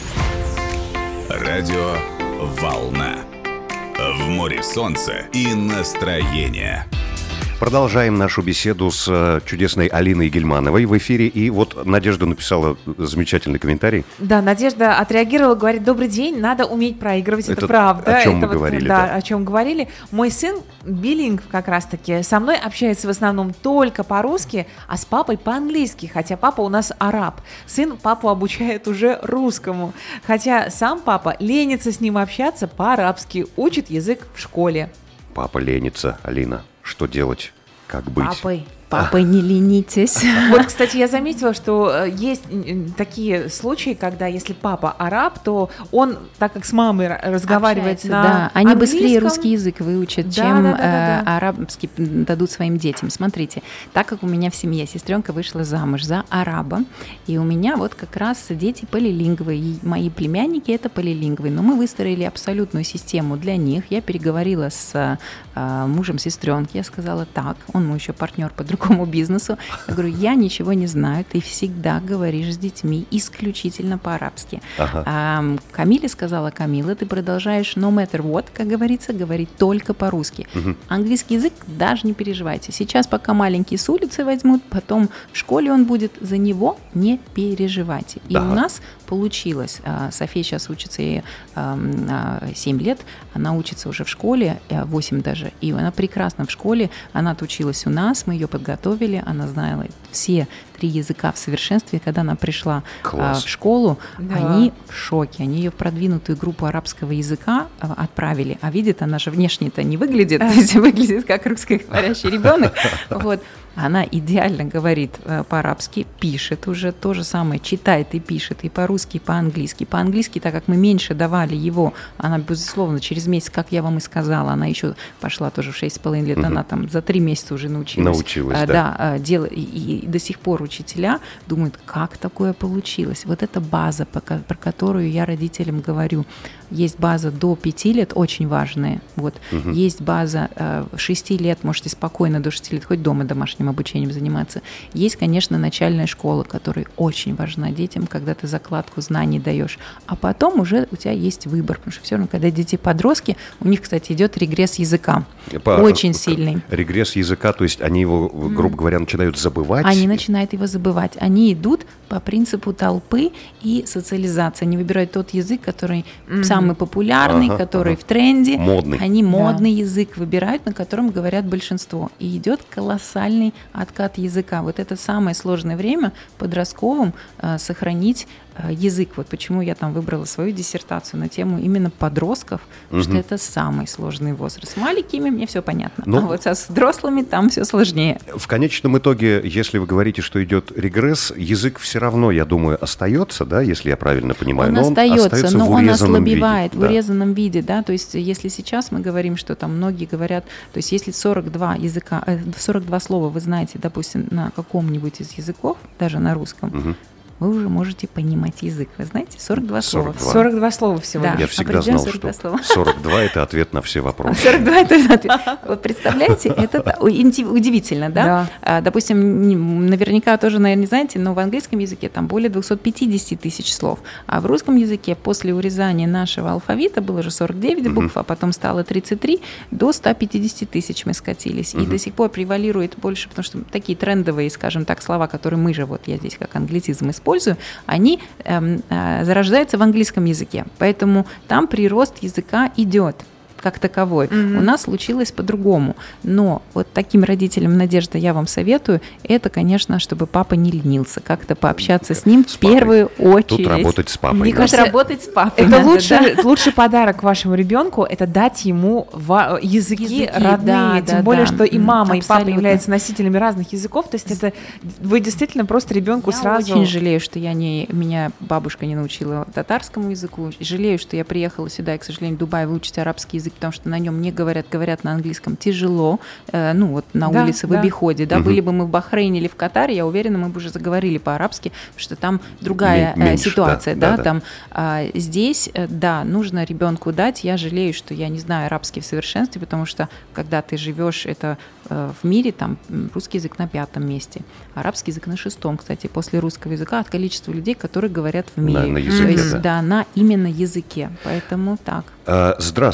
Радио «Волна». В море солнца и настроения. Продолжаем нашу беседу с чудесной Алиной Гильмановой в эфире. И вот Надежда написала замечательный комментарий. Да, Надежда отреагировала, говорит: добрый день, надо уметь проигрывать, это, это правда. О чем это мы вот, говорили. Да, да, о чем говорили. Мой сын билингв как раз-таки, со мной общается в основном только по-русски, а с папой по-английски, хотя папа у нас араб. Сын папу обучает уже русскому, хотя сам папа ленится с ним общаться по-арабски, учит язык в школе. Папа ленится, Алина. Что делать? Как быть? Папой. Папа, не ленитесь. Вот, кстати, я заметила, что есть такие случаи, когда если папа араб, то он, так как с мамой разговаривает Общается, на да. Они английском, быстрее русский язык выучат, да, чем да, да, да, да. Э, арабский дадут своим детям. Смотрите, так как у меня в семье сестренка вышла замуж за араба, и у меня вот как раз дети полилингвы, и мои племянники это полилингвы, но мы выстроили абсолютную систему для них. Я переговорила с э, мужем сестренки, я сказала так, он мой еще партнер по другому бизнесу. Я говорю, я ничего не знаю, ты всегда говоришь с детьми исключительно по-арабски. Ага. А, Камиле сказала, Камила, ты продолжаешь no matter what, как говорится, говорить только по-русски. Угу. Английский язык даже не переживайте. Сейчас пока маленькие с улицы возьмут, потом в школе он будет, за него не переживайте. И да. у нас получилось. София сейчас учится ей семь лет, она учится уже в школе, восемь даже, и она прекрасно в школе, она отучилась у нас, мы ее подготовили, она знала все три языка в совершенстве. Когда она пришла Класс. в школу, да. они в шоке, они ее в продвинутую группу арабского языка отправили, а видит, она же внешне-то не выглядит, то есть выглядит как русскоговорящий ребенок, вот. Она идеально говорит э, по-арабски, пишет уже то же самое, читает и пишет и по-русски, и по-английски. По-английски, так как мы меньше давали его, она, безусловно, через месяц, как я вам и сказала, она еще пошла тоже в шесть с половиной лет, угу. она там за три месяца уже научилась. Научилась, а, да. Да, а, дел... и, и до сих пор учителя думают, как такое получилось. Вот эта база, про которую я родителям говорю. Есть база до пяти лет, очень важная. Вот. Угу. Есть база э, шести лет, можете спокойно до шести лет хоть дома домашним обучением заниматься. Есть, конечно, начальная школа, которая очень важна детям, когда ты закладку знаний даешь. А потом уже у тебя есть выбор, потому что все равно, когда дети подростки, у них, кстати, идет регресс языка. По, очень сильный. Регресс языка, то есть они его, грубо говоря, начинают забывать? Они начинают его забывать. Они идут по принципу толпы и социализации. Они выбирают тот язык, который mm-hmm. самый популярный, ага, который ага. в тренде. Модный. Они модный да. язык выбирают, на котором говорят большинство. И идет колоссальный откат языка. Вот это самое сложное время подростковым э, сохранить э, язык. Вот почему я там выбрала свою диссертацию на тему именно подростков, потому угу. что это самый сложный возраст. С маленькими мне все понятно, ну, а вот со взрослыми там все сложнее. В конечном итоге, если вы говорите, что идет регресс, язык все равно, я думаю, остается, да, если я правильно понимаю. Он но остается, он остается но в он урезанном ослабевает виде, в да. урезанном виде, да, то есть если сейчас мы говорим, что там многие говорят, то есть если сорок два языка, сорок два слова вы знаете, допустим, на каком-нибудь из языков, даже на русском, угу. вы уже можете понимать язык. Вы знаете, сорок два слова. сорок два слова всего. Да, я всегда знал, что слова. сорок два – это ответ на все вопросы. сорок два – это ответ. Вот представляете, это удивительно, да? да? Допустим, наверняка тоже, наверное, не знаете, но в английском языке там более двести пятьдесят тысяч слов, а в русском языке после урезания нашего алфавита было же сорок девять uh-huh. букв, а потом стало тридцать три, до ста пятидесяти тысяч мы скатились. Uh-huh. И до сих пор превалирует больше, потому что такие трендовые, скажем так, слова, которые мы же, вот я здесь как англицизм использую, они э, э, зарождаются в английском языке. Поэтому там прирост языка идет как таковой. Mm-hmm. У нас случилось по-другому. Но вот таким родителям, Надежда, я вам советую, это, конечно, чтобы папа не ленился, как-то пообщаться с ним с в первую очередь. Тут работать с папой. Мне да. кажется, работать с папой. Это надо, лучший, да? лучший подарок вашему ребенку, это дать ему ва- языки, языки родные. Да, Тем да, более, да. что и мама, Абсолютно. и папа являются носителями разных языков. То есть это вы действительно просто ребенку я сразу... Я очень жалею, что я не, меня бабушка не научила татарскому языку. Жалею, что я приехала сюда и, к сожалению, в Дубай выучить арабский язык, потому что на нем не говорят, говорят на английском тяжело, э, ну вот на да, улице, в да. обиходе, да, угу. были бы мы в Бахрейне или в Катаре, я уверена, мы бы уже заговорили по-арабски, потому что там другая М- меньше, ситуация, да, да, да, там а, здесь, да, нужно ребенку дать, я жалею, что я не знаю арабский в совершенстве, потому что когда ты живешь это э, в мире, там русский язык на пятом месте, арабский язык на шестом, кстати, после русского языка от количества людей, которые говорят в мире, на, на языке, то есть, да. да, на именно языке, поэтому так. Здравствуйте, пишет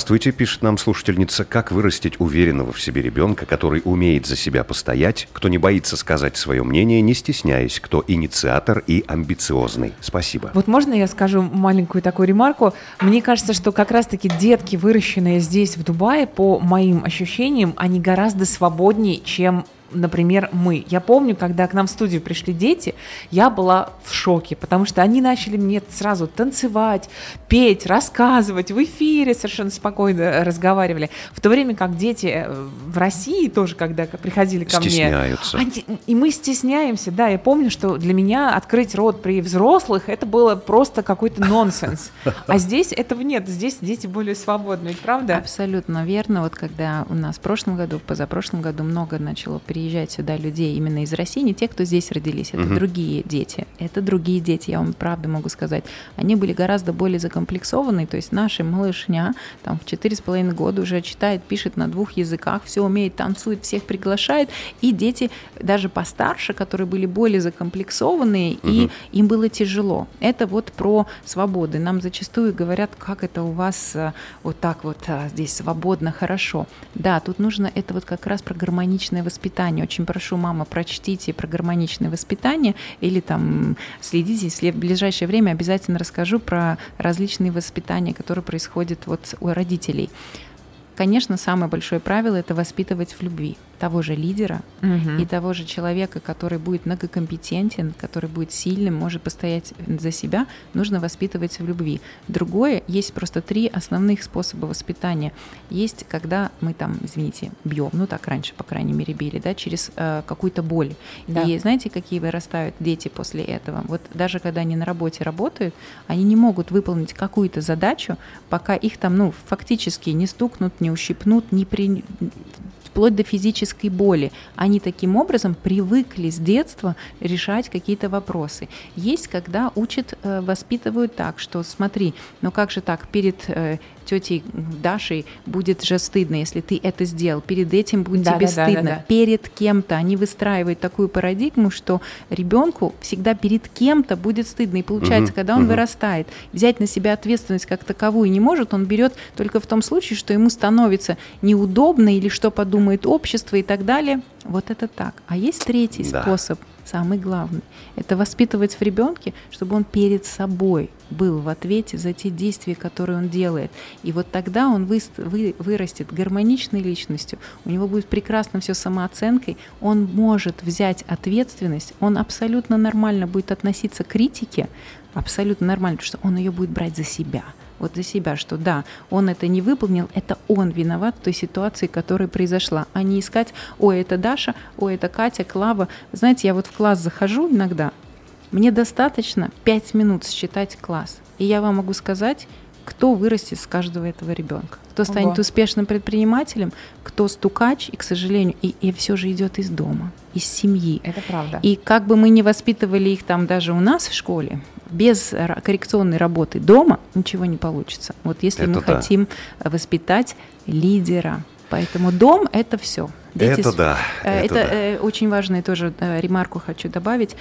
пишет нам слушательница, как вырастить уверенного в себе ребенка, который умеет за себя постоять, кто не боится сказать свое мнение, не стесняясь, кто инициатор и амбициозный. Спасибо. Вот можно я скажу маленькую такую ремарку? Мне кажется, что как раз-таки детки, выращенные здесь, в Дубае, по моим ощущениям, они гораздо свободнее, чем, например, мы. Я помню, когда к нам в студию пришли дети, я была в шоке, потому что они начали мне сразу танцевать, петь, рассказывать, в эфире совершенно спокойно разговаривали. В то время как дети в России тоже, когда приходили ко стесняются. мне... Стесняются. И мы стесняемся, да. Я помню, что для меня открыть рот при взрослых, это было просто какой-то нонсенс. А здесь этого нет. Здесь дети более свободные, правда? Абсолютно верно. Вот когда у нас в прошлом году, в позапрошлом году много начало приезжать сюда людей именно из России, не те, кто здесь родились, это угу. другие дети. Это другие дети, я вам правда могу сказать. Они были гораздо более закомплексованы, то есть наша малышня там в четыре с половиной года уже читает, пишет на двух языках, все умеет, танцует, всех приглашает, и дети даже постарше, которые были более закомплексованные, угу. и им было тяжело. Это вот про свободы. Нам зачастую говорят, как это у вас вот так вот здесь свободно, хорошо. Да, тут нужно это вот как раз про гармоничное воспитание. Очень прошу, мама, прочтите про гармоничное воспитание или там следите, если в ближайшее время обязательно расскажу про различные воспитания, которые происходят вот у родителей. Конечно, самое большое правило – это воспитывать в любви того же лидера угу. и того же человека, который будет многокомпетентен, который будет сильным, может постоять за себя, нужно воспитывать в любви. Другое, есть просто три основных способа воспитания. Есть, когда мы там, извините, бьем, ну так раньше, по крайней мере, били, да, через э, какую-то боль. Да. И знаете, какие вырастают дети после этого? Вот даже когда они на работе работают, они не могут выполнить какую-то задачу, пока их там, ну, фактически не стукнут, не ущипнут, не при... вплоть до физической боли. Они таким образом привыкли с детства решать какие-то вопросы. Есть, когда учат, э, воспитывают так, что смотри, ну как же так, перед э, тетей Дашей будет же стыдно, если ты это сделал, перед этим будет да, тебе да, стыдно, да, да, да. перед кем-то. Они выстраивают такую парадигму, что ребенку всегда перед кем-то будет стыдно. И получается, угу, когда он угу. вырастает, взять на себя ответственность как таковую не может, он берет только в том случае, что ему становится неудобно или что подумает общество и так далее. Вот это так. А есть третий да. способ, самый главный. Это воспитывать в ребенке, чтобы он перед собой был в ответе за те действия, которые он делает. И вот тогда он вы, вы, вырастет гармоничной личностью, у него будет прекрасно все с самооценкой, он может взять ответственность, он абсолютно нормально будет относиться к критике, абсолютно нормально, потому что он ее будет брать за себя. Вот за себя, что да, он это не выполнил, это он виноват в той ситуации, которая произошла, а не искать, ой, это Даша, ой, это Катя, Клава. Знаете, я вот в класс захожу иногда, мне достаточно пять минут считать класс, и я вам могу сказать, кто вырастет с каждого этого ребенка, кто станет Ого. успешным предпринимателем, кто стукач, и, к сожалению, и, и все же идет из дома, из семьи. Это правда. И как бы мы ни воспитывали их там даже у нас в школе, без коррекционной работы дома ничего не получится. Вот если это мы да. хотим воспитать лидера. Поэтому дом – это все. Дети это с... да. Это, это да. очень важную тоже ремарку хочу добавить.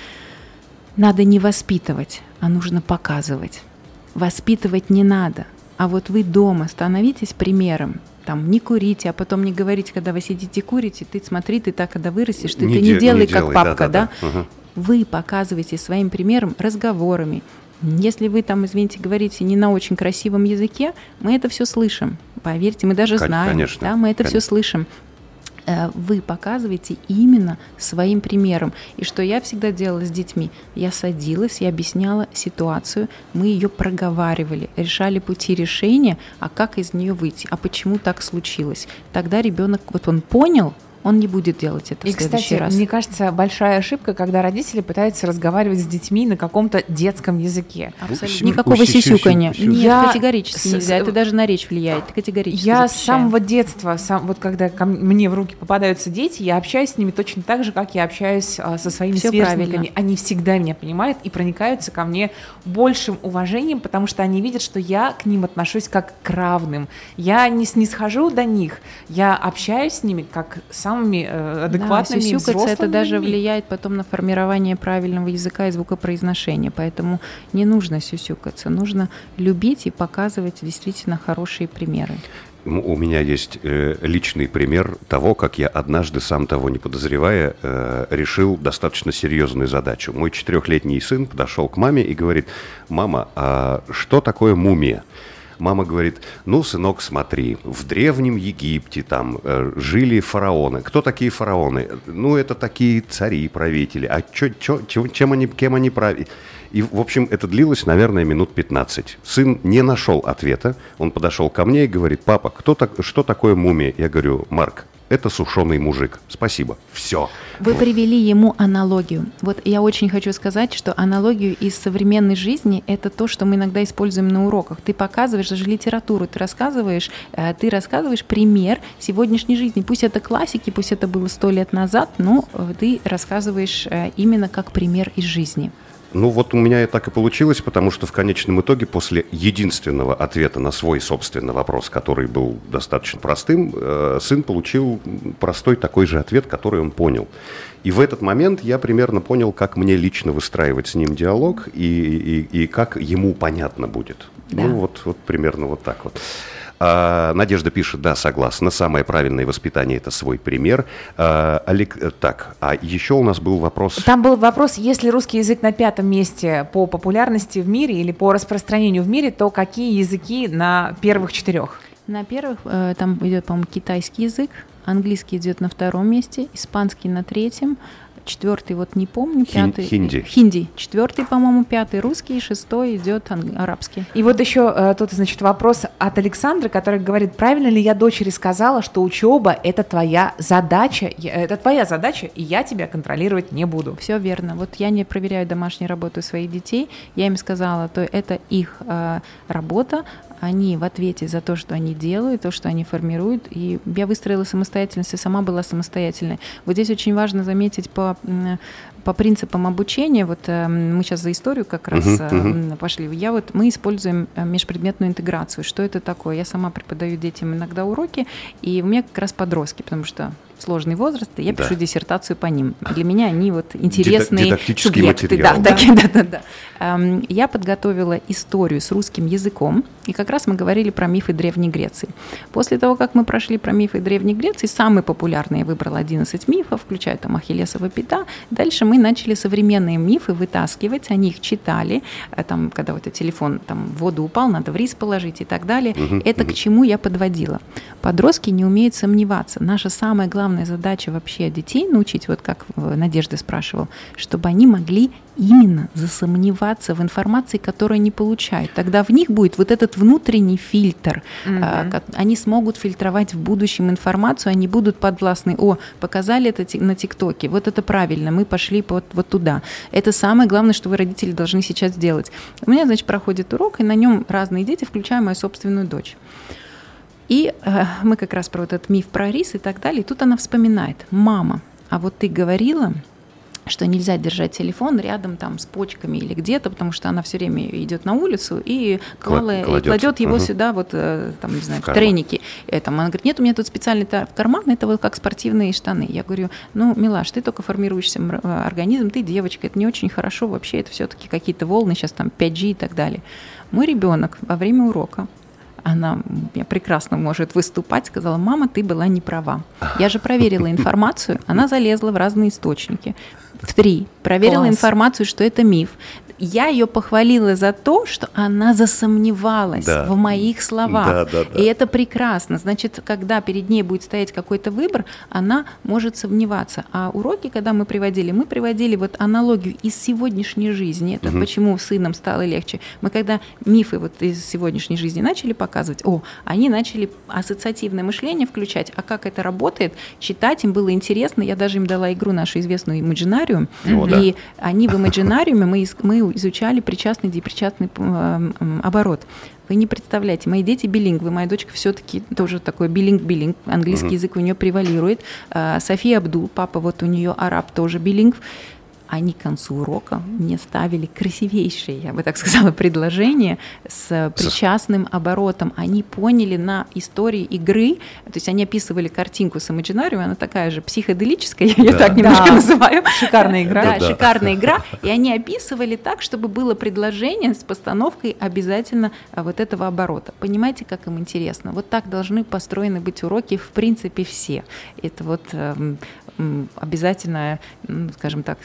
Надо не воспитывать, а нужно показывать. Воспитывать не надо. А вот вы дома становитесь примером. Там, не курите, а потом не говорите, когда вы сидите курите, ты смотри, ты так, когда вырастешь, ты не, это не делай, не как делай, папка, да? да, да. Угу. Вы показываете своим примером, разговорами. Если вы там, извините, говорите не на очень красивом языке, мы это все слышим. Поверьте, мы даже знаем, конечно, да, мы это конечно. все слышим. Вы показываете именно своим примером. И что я всегда делала с детьми? Я садилась, я объясняла ситуацию, мы ее проговаривали, решали пути решения, а как из нее выйти, а почему так случилось. Тогда ребенок, вот он понял, он не будет делать это и, в следующий кстати, раз. Мне кажется, большая ошибка, когда родители пытаются разговаривать с детьми на каком-то детском языке. Абсолютно. Никакого сисюканья. Нет, я категорически с... нельзя. Это даже на речь влияет. Категорически Я запрещаю. с самого детства, сам, вот когда ко мне в руки попадаются дети, я общаюсь с ними точно так же, как я общаюсь а, со своими Всё сверстниками. Правильно. Они всегда меня понимают и проникаются ко мне большим уважением, потому что они видят, что я к ним отношусь как к равным. Я не снисхожу до них, я общаюсь с ними как сам самыми э, адекватными, да, взрослыми это даже людьми. влияет потом на формирование правильного языка и звукопроизношения. Поэтому не нужно сюсюкаться, нужно любить и показывать действительно хорошие примеры. У меня есть э, личный пример того, как я однажды, сам того не подозревая, э, решил достаточно серьезную задачу. Мой четырехлетний сын подошел к маме и говорит: «Мама, а что такое мумия?» Мама говорит: «Ну, сынок, смотри, в Древнем Египте там э, жили фараоны. Кто такие фараоны? Ну, это такие цари, правители. А чё, чё, чё, чем они, кем они правили?» И, в общем, это длилось, наверное, минут пятнадцать. Сын не нашел ответа. Он подошел ко мне и говорит: «Папа, кто так, что такое мумия?» Я говорю: «Марк, это сушеный мужик. Спасибо». Все. Вы привели ему аналогию. Вот я очень хочу сказать, что аналогию из современной жизни – это то, что мы иногда используем на уроках. Ты показываешь даже литературу, ты рассказываешь, ты рассказываешь пример сегодняшней жизни. Пусть это классики, пусть это было сто лет назад, но ты рассказываешь именно как пример из жизни. Ну вот у меня и так и получилось, потому что в конечном итоге после единственного ответа на свой собственный вопрос, который был достаточно простым, э, сын получил простой такой же ответ, который он понял. И в этот момент я примерно понял, как мне лично выстраивать с ним диалог и, и, и как ему понятно будет. Да. Ну вот, вот примерно вот так вот. А, Надежда пишет: да, согласна, самое правильное воспитание – это свой пример. А, Олег, так, а еще у нас был вопрос… Там был вопрос: если русский язык на пятом месте по популярности в мире или по распространению в мире, то какие языки на первых четырех? На первых там идет, по-моему, китайский язык, английский идет на втором месте, испанский на третьем, четвертый вот не помню, пятый. Хинди. Хинди. Четвертый, по-моему, пятый русский, шестой идет арабский. И вот еще э, тут, значит, вопрос от Александры, который говорит: правильно ли я дочери сказала, что учеба – это твоя задача, это твоя задача, и я тебя контролировать не буду? Все верно. Вот я не проверяю домашнюю работу своих детей, я им сказала, то это их э, работа, они в ответе за то, что они делают, то, что они формируют. И я выстроила самостоятельность и сама была самостоятельной. Вот здесь очень важно заметить по, по принципам обучения. Вот мы сейчас за историю как раз uh-huh, uh-huh. пошли. Я вот, мы используем межпредметную интеграцию. Что это такое? Я сама преподаю детям иногда уроки, и у меня как раз подростки, потому что сложный возраст, и я да. пишу диссертацию по ним. Для меня они вот интересные Дидактический субъекты. материал. Да, да. Да, да, да. Я подготовила историю с русским языком, и как раз мы говорили про мифы Древней Греции. После того, как мы прошли про мифы Древней Греции, самые популярные я выбрала одиннадцать мифов, включая там Ахиллесова пята. Дальше мы начали современные мифы вытаскивать, они их читали, там, когда вот этот телефон там, в воду упал, надо в рис положить и так далее. Угу, Это угу. к чему я подводила? Подростки не умеют сомневаться. Наша самая главная задача вообще детей научить, вот как Надежда спрашивала, чтобы они могли именно засомневаться в информации, которую они получают. Тогда в них будет вот этот внутренний фильтр. Mm-hmm. Они смогут фильтровать в будущем информацию, они будут подвластны: о, показали это на ТикТоке, вот это правильно, мы пошли вот, вот туда. Это самое главное, что вы, родители, должны сейчас сделать. У меня, значит, проходит урок, и на нем разные дети, включая мою собственную дочь. И э, мы как раз про вот этот миф про рис и так далее. И тут она вспоминает: мама, а вот ты говорила, что нельзя держать телефон рядом там с почками или где-то, потому что она все время идет на улицу и, клала, кладет. и кладет его uh-huh. сюда, вот там, не знаю, в, в треники. И, там, она говорит: нет, у меня тут специальный карман, это вот как спортивные штаны. Я говорю: ну, Милаш, ты только формируешься организм, ты девочка, это не очень хорошо, вообще это все-таки какие-то волны, сейчас там пять джи и так далее. Мой ребенок во время урока, она прекрасно может выступать, сказала: мама, ты была не права. Я же проверила информацию, она залезла в разные источники. В три. Проверила Класс. информацию, что это миф. Я ее похвалила за то, что она засомневалась да. в моих словах. Да, да, да. И это прекрасно. Значит, когда перед ней будет стоять какой-то выбор, она может сомневаться. А уроки, когда мы приводили, мы приводили вот аналогию из сегодняшней жизни. Это угу. почему сыном стало легче. Мы когда мифы вот из сегодняшней жизни начали показывать, о, они начали ассоциативное мышление включать. А как это работает? Читать им было интересно. Я даже им дала игру нашу известную Imaginarium. О, и да. они в Imaginarium, мы, мы изучали причастный, депричастный оборот. Вы не представляете, мои дети билингвы, моя дочка все-таки тоже такой билинг-билинг, английский uh-huh. язык у нее превалирует. София Абдул, папа вот у нее араб, тоже билингв. они к концу урока мне ставили красивейшие, я бы так сказала, предложения с причастным оборотом. Они поняли на истории игры, то есть они описывали картинку с Imaginarium, она такая же психоделическая, я да. ее так немножко да. называю. Шикарная игра. Да, да. шикарная игра. И они описывали так, чтобы было предложение с постановкой обязательно вот этого оборота. Понимаете, как им интересно? Вот так должны построены быть уроки, в принципе, все. Это вот э, обязательно, ну, скажем так,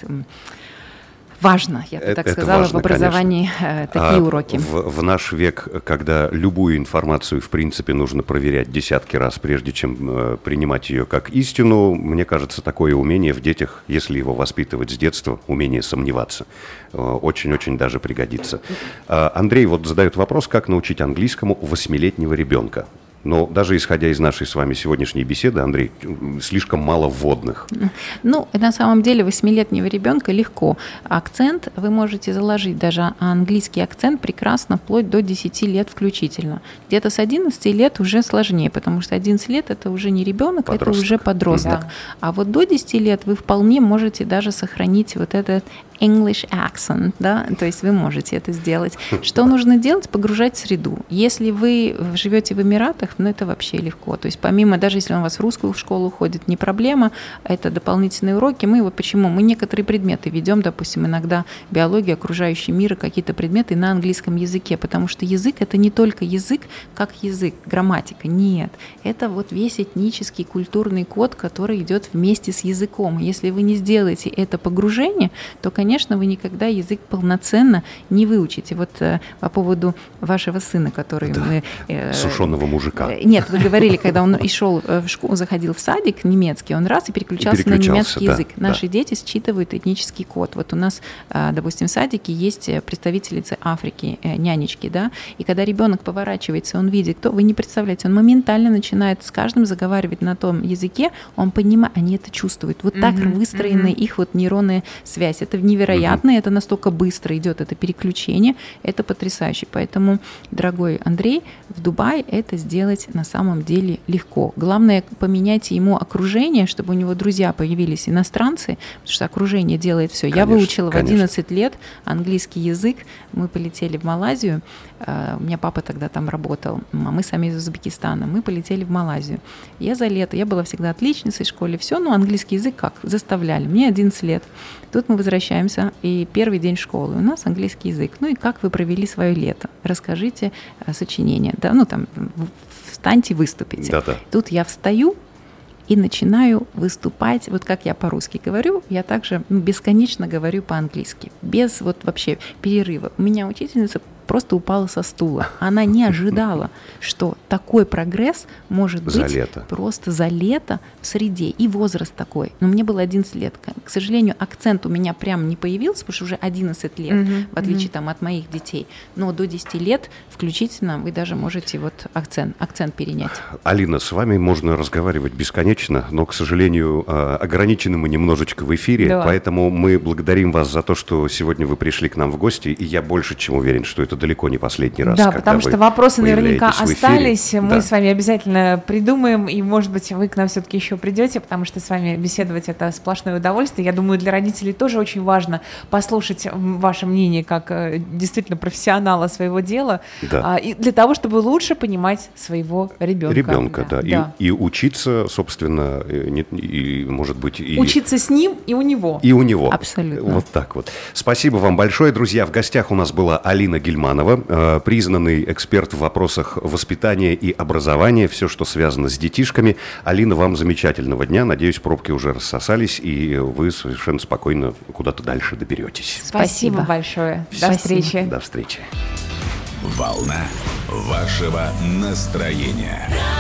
важно, я бы это, так это сказала, важно, в образовании э, такие а уроки. В, в наш век, когда любую информацию, в принципе, нужно проверять десятки раз, прежде чем э, принимать ее как истину, мне кажется, такое умение в детях, если его воспитывать с детства, умение сомневаться, э, очень-очень даже пригодится. А Андрей вот задает вопрос, как научить английскому восьмилетнего ребенка. Но даже исходя из нашей с вами сегодняшней беседы, Андрей, слишком мало вводных. Ну, на самом деле восьмилетнего ребенка легко. Акцент вы можете заложить, даже английский акцент прекрасно вплоть до десяти лет включительно. Где-то с одиннадцати лет уже сложнее, потому что одиннадцать лет это уже не ребенок, подросток. Это уже подросток. Да. А вот до десяти лет вы вполне можете даже сохранить вот этот English accent, да, то есть вы можете это сделать. Что нужно делать? Погружать в среду. Если вы живете в Эмиратах, ну это вообще легко. То есть помимо, даже если он у вас в русскую школу ходит, не проблема, это дополнительные уроки. Мы вот почему? Мы некоторые предметы ведем, допустим, иногда биология, окружающий мир, какие-то предметы на английском языке, потому что язык — это не только язык, как язык, грамматика, нет. Это вот весь этнический культурный код, который идет вместе с языком. Если вы не сделаете это погружение, то, конечно, Конечно, вы никогда язык полноценно не выучите. Вот э, по поводу вашего сына, который... Да, мы, э, сушеного мужика. Э, нет, вы говорили, когда он и шел в школу, заходил в садик немецкий, он раз и переключался, и переключался на немецкий да, язык. Наши да. дети считывают этнический код. Вот у нас, э, допустим, в садике есть представительницы Африки, э, нянечки, да, и когда ребенок поворачивается, он видит, кто, вы не представляете, он моментально начинает с каждым заговаривать на том языке, он понимает, они это чувствуют. Вот mm-hmm, так выстроена mm-hmm. их вот нейронная связь. Это невероятно. Невероятно, это настолько быстро идет, это переключение, это потрясающе. Поэтому, дорогой Андрей, в Дубае это сделать на самом деле легко. Главное, поменяйте ему окружение, чтобы у него друзья появились иностранцы, потому что окружение делает все. Я выучила конечно. в одиннадцать лет английский язык, мы полетели в Малайзию, у меня папа тогда там работал, а мы сами из Узбекистана, мы полетели в Малайзию. Я за лето, я была всегда отличницей в школе, все, но английский язык как? Заставляли. Мне одиннадцать лет. Тут мы возвращаемся, и первый день школы у нас английский язык. Ну и как вы провели свое лето? Расскажите сочинение. Да, ну там встаньте, выступите. Да-да. Тут я встаю и начинаю выступать, вот как я по-русски говорю, я также бесконечно говорю по-английски, без вот вообще перерыва. У меня учительница просто упала со стула. Она не ожидала, что такой прогресс может быть за лето. Просто за лето в среде. И возраст такой. Но мне было одиннадцать лет. К сожалению, акцент у меня прям не появился, потому что уже одиннадцать лет, mm-hmm. в отличие mm-hmm. там, от моих детей. Но до десяти лет включительно вы даже можете вот акцент, акцент перенять. Алина, с вами можно разговаривать бесконечно, но, к сожалению, ограничены мы немножечко в эфире, да. Поэтому мы благодарим вас за то, что сегодня вы пришли к нам в гости, и я больше чем уверен, что это далеко не последний раз. Да, потому что вопросы наверняка остались. Мы да. с вами обязательно придумаем, и, может быть, вы к нам все-таки еще придете, потому что с вами беседовать — это сплошное удовольствие. Я думаю, для родителей тоже очень важно послушать ваше мнение как действительно профессионала своего дела, да. и для того, чтобы лучше понимать своего ребенка. Ребенка, да. да. да. И, и учиться, собственно, и, и, может быть... И... Учиться с ним и у него. И у него. Абсолютно. Вот так вот. Спасибо вам большое, друзья. В гостях у нас была Алина Гельманова, признанный эксперт в вопросах воспитания и образования, все, что связано с детишками. Алина, вам замечательного дня. Надеюсь, пробки уже рассосались, и вы совершенно спокойно куда-то дальше доберетесь. Спасибо, Спасибо большое. До Спасибо. встречи. До встречи. Волна вашего настроения.